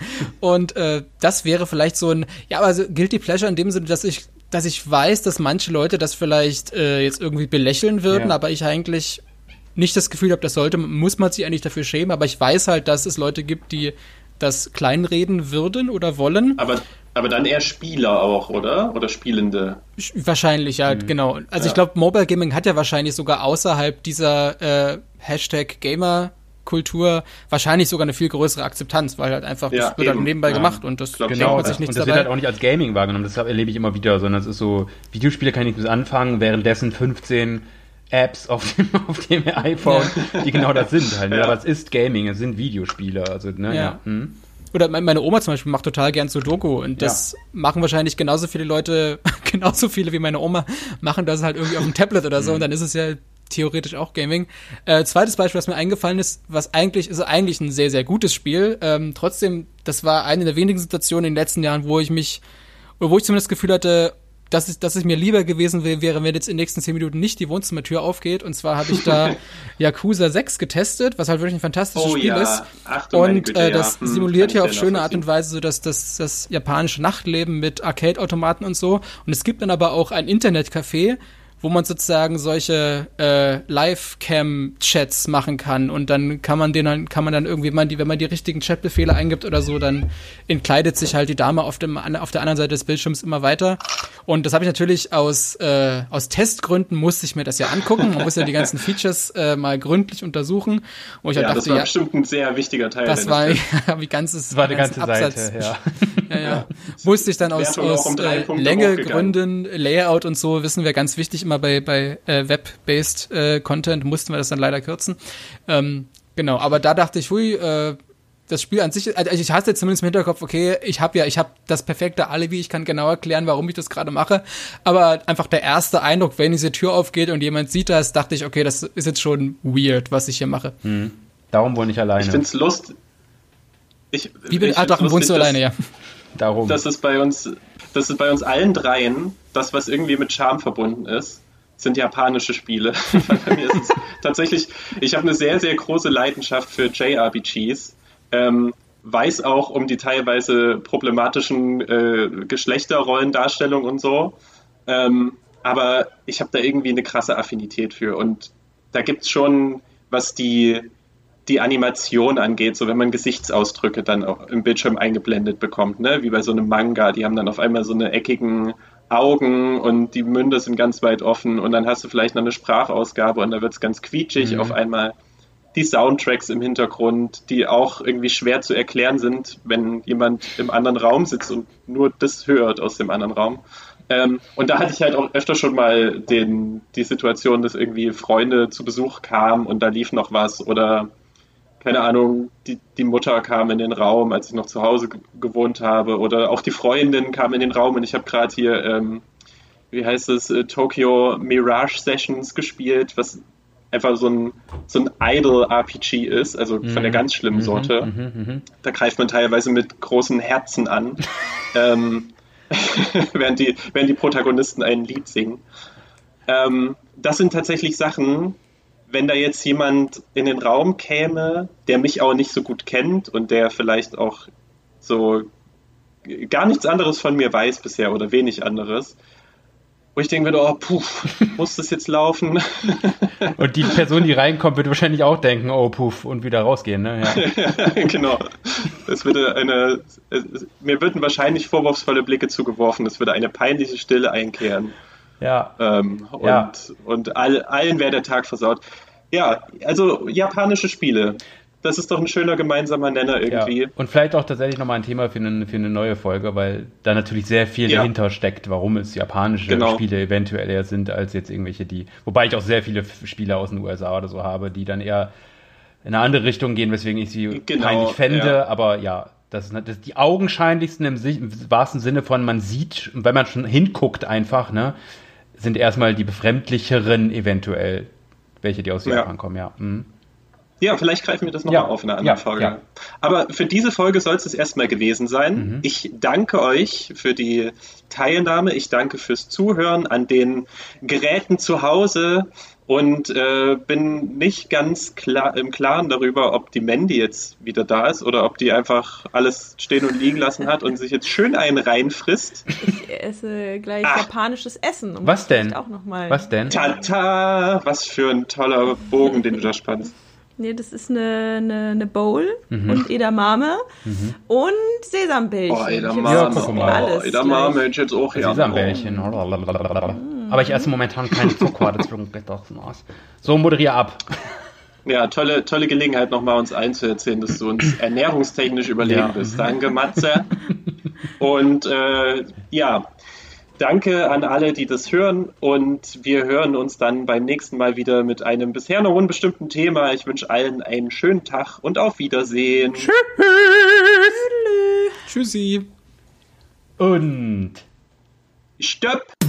Und äh, das wäre vielleicht so ein, ja, aber so Guilty Pleasure in dem Sinne, dass ich, dass ich weiß, dass manche Leute das vielleicht äh, jetzt irgendwie belächeln würden, ja. aber ich eigentlich nicht das Gefühl habe, das sollte, muss man sich eigentlich dafür schämen, aber ich weiß halt, dass es Leute gibt, die das kleinreden würden oder wollen. Aber, aber dann eher Spieler auch, oder? Oder Spielende? Wahrscheinlich, ja, mhm. genau. Also ja. ich glaube, Mobile Gaming hat ja wahrscheinlich sogar außerhalb dieser äh, Hashtag Gamer-Kultur wahrscheinlich sogar eine viel größere Akzeptanz, weil halt einfach, ja, das wird eben. halt nebenbei ja. gemacht und das genau, man sich nichts und das dabei. Wird halt auch nicht als Gaming wahrgenommen, das erlebe ich immer wieder, sondern es ist so, Videospiele kann ich nicht anfangen, währenddessen fünfzehn Apps auf dem, auf dem iPhone, ja. die genau das sind halt. Ne? Ja. Aber es ist Gaming, es sind Videospiele. Also, ne? ja. Ja. Hm. Oder meine Oma zum Beispiel macht total gern Sudoku und das ja. machen wahrscheinlich genauso viele Leute, genauso viele wie meine Oma, machen das halt irgendwie auf dem Tablet oder so mhm. und dann ist es ja theoretisch auch Gaming. Äh, zweites Beispiel, was mir eingefallen ist, was eigentlich, ist eigentlich ein sehr, sehr gutes Spiel. Ähm, trotzdem, das war eine der wenigen Situationen in den letzten Jahren, wo ich mich, wo ich zumindest das Gefühl hatte, dass es, dass es mir lieber gewesen wäre, wenn jetzt in den nächsten zehn Minuten nicht die Wohnzimmertür aufgeht. Und zwar habe ich da Yakuza sechs getestet, was halt wirklich ein fantastisches oh, Spiel ja. ist. Achtung, und Güte, äh, das ja. simuliert ja auf schöne Art und Weise so dass das, das japanische Nachtleben mit Arcade-Automaten und so. Und es gibt dann aber auch ein Internetcafé, wo man sozusagen solche äh, Live-Cam-Chats machen kann und dann kann man den dann, kann man dann irgendwie, wenn man die, wenn man die richtigen Chatbefehle eingibt oder so, dann entkleidet sich halt die Dame auf dem auf der anderen Seite des Bildschirms immer weiter. Und das habe ich natürlich aus äh, aus Testgründen musste ich mir das ja angucken. Man muss ja die ganzen Features äh, mal gründlich untersuchen. Und ich ja, dachte, das war ja, bestimmt ein sehr wichtiger Teil. Das war ja, wie ganzes, das war die ganze Absatz. Seite, ja. ja, ja. Musste ich dann aus, aus um äh, Längegründen, Layout und so, wissen wir, ganz wichtig immer bei bei äh, Web-based äh, Content mussten wir das dann leider kürzen. Ähm, genau, aber da dachte ich, hui, äh, das Spiel an sich, also ich hatte jetzt zumindest im Hinterkopf, okay, ich habe ja, ich habe das perfekte Alibi, ich kann genau erklären, warum ich das gerade mache, aber einfach der erste Eindruck, wenn diese Tür aufgeht und jemand sieht das, dachte ich, okay, das ist jetzt schon weird, was ich hier mache. Hm. Darum wohne ich alleine. Ich find's lustig. Ich, Wie bin, ich ah, doch, wohnst du alleine, ja. Darum. Das ist bei uns, das ist bei uns allen dreien, das, was irgendwie mit Charme verbunden ist, sind japanische Spiele. Bei mir ist es tatsächlich, ich habe eine sehr, sehr große Leidenschaft für J R P Gs. Ähm, weiß auch um die teilweise problematischen äh, Geschlechterrollendarstellungen und so. Ähm, aber ich habe da irgendwie eine krasse Affinität für. Und da gibt's schon, was die, die Animation angeht, so wenn man Gesichtsausdrücke dann auch im Bildschirm eingeblendet bekommt, ne? Wie bei so einem Manga, die haben dann auf einmal so eine eckigen Augen und die Münder sind ganz weit offen und dann hast du vielleicht noch eine Sprachausgabe und da wird es ganz quietschig. Mhm. Auf einmal die Soundtracks im Hintergrund, die auch irgendwie schwer zu erklären sind, wenn jemand im anderen Raum sitzt und nur das hört aus dem anderen Raum. Ähm, und da hatte ich halt auch öfter schon mal den, die Situation, dass irgendwie Freunde zu Besuch kamen und da lief noch was oder keine Ahnung, die, die Mutter kam in den Raum, als ich noch zu Hause g- gewohnt habe oder auch die Freundin kam in den Raum und ich habe gerade hier, ähm, wie heißt es, äh, Tokyo Mirage Sessions gespielt, was einfach so ein, so ein Idle-R P G ist, also mhm. von der ganz schlimmen mhm. Sorte. Mhm. Da greift man teilweise mit großen Herzen an, ähm, während, die, während die Protagonisten ein Lied singen. Ähm, das sind tatsächlich Sachen, wenn da jetzt jemand in den Raum käme, der mich auch nicht so gut kennt und der vielleicht auch so gar nichts anderes von mir weiß bisher oder wenig anderes, wo ich denke, oh, puh, muss das jetzt laufen? Und die Person, die reinkommt, wird wahrscheinlich auch denken, oh, puff, und wieder rausgehen, ne? Ja. Genau. Es würde eine, es, mir würden wahrscheinlich vorwurfsvolle Blicke zugeworfen, es würde eine peinliche Stille einkehren. Ja. Ähm, und ja. und all, allen wäre der Tag versaut. Ja, also japanische Spiele. Das ist doch ein schöner gemeinsamer Nenner irgendwie. Ja. Und vielleicht auch tatsächlich nochmal ein Thema für eine, für eine neue Folge, weil da natürlich sehr viel ja. dahinter steckt, warum es japanische genau. Spiele eventuell eher sind, als jetzt irgendwelche, die, wobei ich auch sehr viele Spiele aus den U S A oder so habe, die dann eher in eine andere Richtung gehen, weswegen ich sie genau, peinlich fände, ja. aber ja, das ist, das ist die augenscheinlichsten im, im wahrsten Sinne von, man sieht, wenn man schon hinguckt einfach, ne, sind erstmal die befremdlicheren eventuell, welche die aus ja. Japan kommen, ja. Mhm. Ja, vielleicht greifen wir das nochmal ja, auf in einer anderen ja, Folge. Ja. Aber für diese Folge soll es erstmal gewesen sein. Mhm. Ich danke euch für die Teilnahme. Ich danke fürs Zuhören an den Geräten zu Hause und äh, bin nicht ganz klar im Klaren darüber, ob die Mandy jetzt wieder da ist oder ob die einfach alles stehen und liegen lassen hat und sich jetzt schön einen reinfrisst. Ich esse gleich Ach. japanisches Essen. Um was denn? Auch noch mal was denn? Tata! Was für ein toller Bogen, den du da spannst. Nee, das ist eine, eine, eine Bowl mhm. und Edamame mhm. und Sesambällchen. Oh, Edamame. Ja, oh, Edamame hätte ich jetzt auch her. Sesambällchen. Mhm. Aber ich esse momentan keine Zucker, deswegen geht das nass. So, moderier ab. Ja, tolle, tolle Gelegenheit, nochmal uns einzuerzählen, dass du uns ernährungstechnisch überlegen ja. bist. Danke, Matze. Und äh, ja, danke an alle, die das hören, und wir hören uns dann beim nächsten Mal wieder mit einem bisher noch unbestimmten Thema. Ich wünsche allen einen schönen Tag und auf Wiedersehen. Tschüss. Tschüssi. Und Stopp.